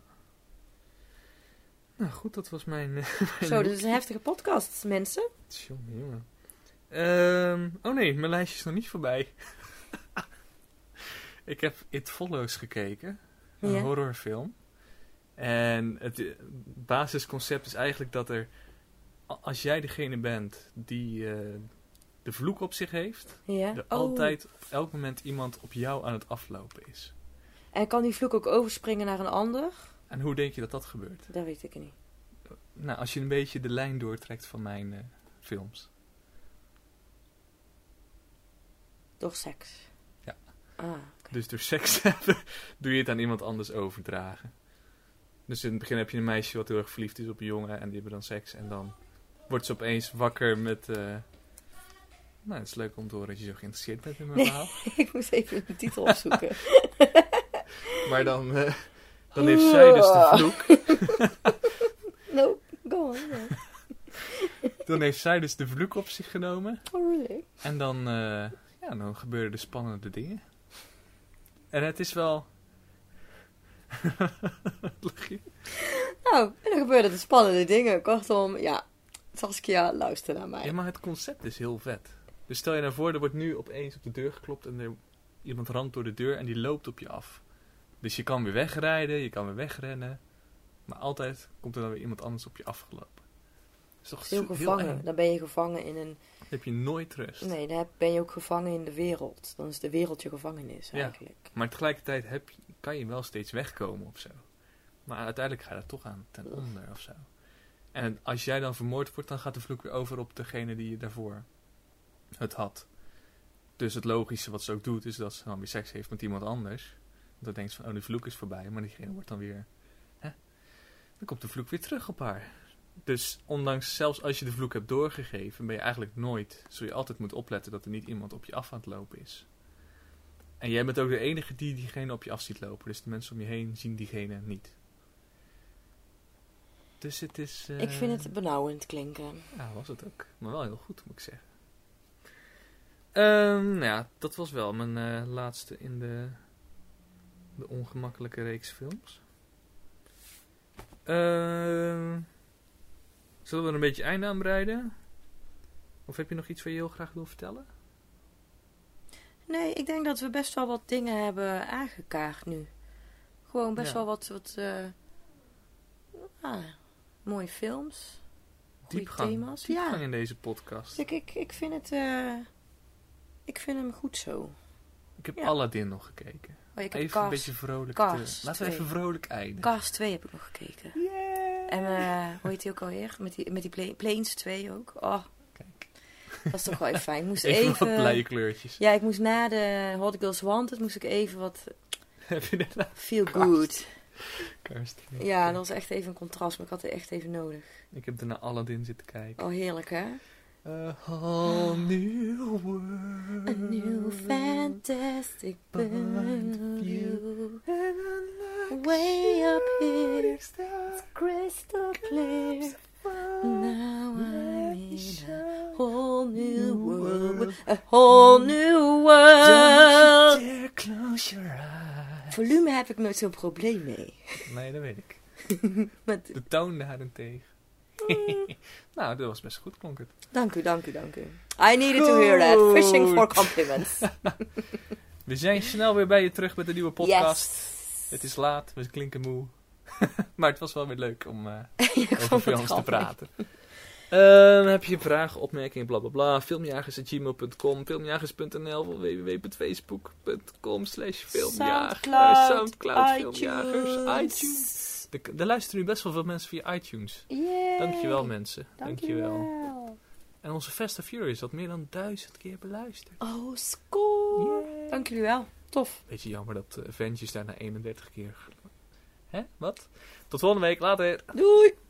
Nou goed, dat was mijn... eh, mijn Zo, dit is een heftige podcast, mensen. Jongen, jongen. Ehm, oh nee, mijn lijstje is nog niet voorbij. Ik heb It Follows gekeken. Een Ja. horrorfilm. En het eh, basisconcept is eigenlijk dat er... a- Als jij degene bent die eh, de vloek op zich heeft... Ja. er Oh. altijd, elk moment iemand op jou aan het aflopen is. En kan die vloek ook overspringen naar een ander? En hoe denk je dat dat gebeurt? Dat weet ik niet. Nou, als je een beetje de lijn doortrekt van mijn eh, films. Door seks. Ja. Ah, oké. Dus door seks hebben, doe je het aan iemand anders overdragen. Dus in het begin heb je een meisje wat heel erg verliefd is op een jongen en die hebben dan seks. En dan wordt ze opeens wakker met... eh, Nou, het is leuk om te horen dat je zo geïnteresseerd bent in mijn Nee. verhaal. Ik moest even de titel opzoeken. Maar dan, eh, dan heeft zij dus de vloek. No, go on. Yeah. Dan heeft zij dus de vloek op zich genomen. Oh, really? En dan, eh, ja, dan gebeuren er spannende dingen. En het is wel... Lach je? Nou, en dan gebeuren er spannende dingen. Kortom, ja. Saskia, luister naar mij. Ja, maar het concept is heel vet. Dus stel je nou voor, er wordt nu opeens op de deur geklopt en er, iemand ramt door de deur en die loopt op je af. Dus je kan weer wegrijden, je kan weer wegrennen. Maar altijd komt er dan weer iemand anders op je afgelopen. Dat is toch Heel zo- gevangen. eng. Dan ben je gevangen in een, heb je nooit rust. Nee, dan heb- ben je ook gevangen in de wereld. Dan is de wereld je gevangenis Ja. eigenlijk. Maar tegelijkertijd heb je, kan je wel steeds wegkomen of zo. Maar uiteindelijk ga je er toch aan ten onder of zo. En als jij dan vermoord wordt, dan gaat de vloek weer over op degene die je daarvoor het had. Dus het logische wat ze ook doet, is dat ze dan weer seks heeft met iemand anders. Want dan denkt ze van, oh, die vloek is voorbij. Maar diegene wordt dan weer... Hè? Dan komt de vloek weer terug op haar. Dus ondanks, zelfs als je de vloek hebt doorgegeven, ben je eigenlijk nooit... Zul je altijd moeten opletten dat er niet iemand op je af aan het lopen is. En jij bent ook de enige die diegene op je af ziet lopen. Dus de mensen om je heen zien diegene niet. Dus het is... Uh... Ik vind het benauwend klinken. Ja, was het ook. Maar wel heel goed, moet ik zeggen. Um, nou ja, dat was wel mijn uh, laatste in de, de ongemakkelijke reeks films. Uh, zullen we er een beetje einde aan breiden? Of heb je nog iets wat je heel graag wil vertellen? Nee, ik denk dat we best wel wat dingen hebben aangekaart nu. Gewoon best Ja. wel wat, wat uh, ah, mooie films. Goede Diepgang, thema's. diepgang Ja, in deze podcast. ik, ik, ik vind het... Uh, ik vind hem goed zo. Ik heb Ja. Aladdin nog gekeken. Oh, ik heb Even Cars, een beetje vrolijk. Cars te... Laten we twee. even vrolijk eindigen. Cars twee heb ik nog gekeken. Yeah. En uh, hoe heet die ook alweer? Met die, met die Pla- Planes twee ook. Oh, Kijk. dat is toch wel even fijn. Ik moest Even, even... wat blije kleurtjes. Ja, ik moest na de Hot Girls Wanted, moest ik even wat Heb je dat nou? feel Cars. good. Cars twee. Ja, dat was echt even een contrast, maar ik had het echt even nodig. Ik heb er naar Aladdin zitten kijken. Oh, heerlijk hè? A whole new world. A new fantastic Point of view. And unlike Way up here, shooting stars, it's crystal clear. Now I'm in a whole new world. A whole new world. Don't you dare close your eyes. Volume heb ik nooit zo'n probleem mee. Nee, dat weet ik. Met, De toon daarentegen. Nou, dat was best goed, klonk het. dank u, dank u, dank u. I needed to hear that. Fishing for compliments. We zijn snel weer bij je terug met een nieuwe podcast. Yes. Het is laat, we klinken moe. Maar het was wel weer leuk om uh, Ik vond over het films te grappig. praten. Uh, heb je vragen, opmerkingen, blablabla. Filmjagers at gmail punt com, filmjagers punt n l, w w w punt facebook punt com slash filmjagers, Soundcloud, Soundcloud, iTunes. filmjagers, iTunes. Er, er luisteren nu best wel veel mensen via iTunes. Yay. Dankjewel mensen, dankjewel. Dankjewel. En onze Fast and Furious had meer dan duizend keer beluisterd. Oh, score. Yay. Dank jullie wel. Tof. Beetje jammer dat uh, Avengers daarna eenendertig keer... Hè? Wat? Tot volgende week, later. Doei.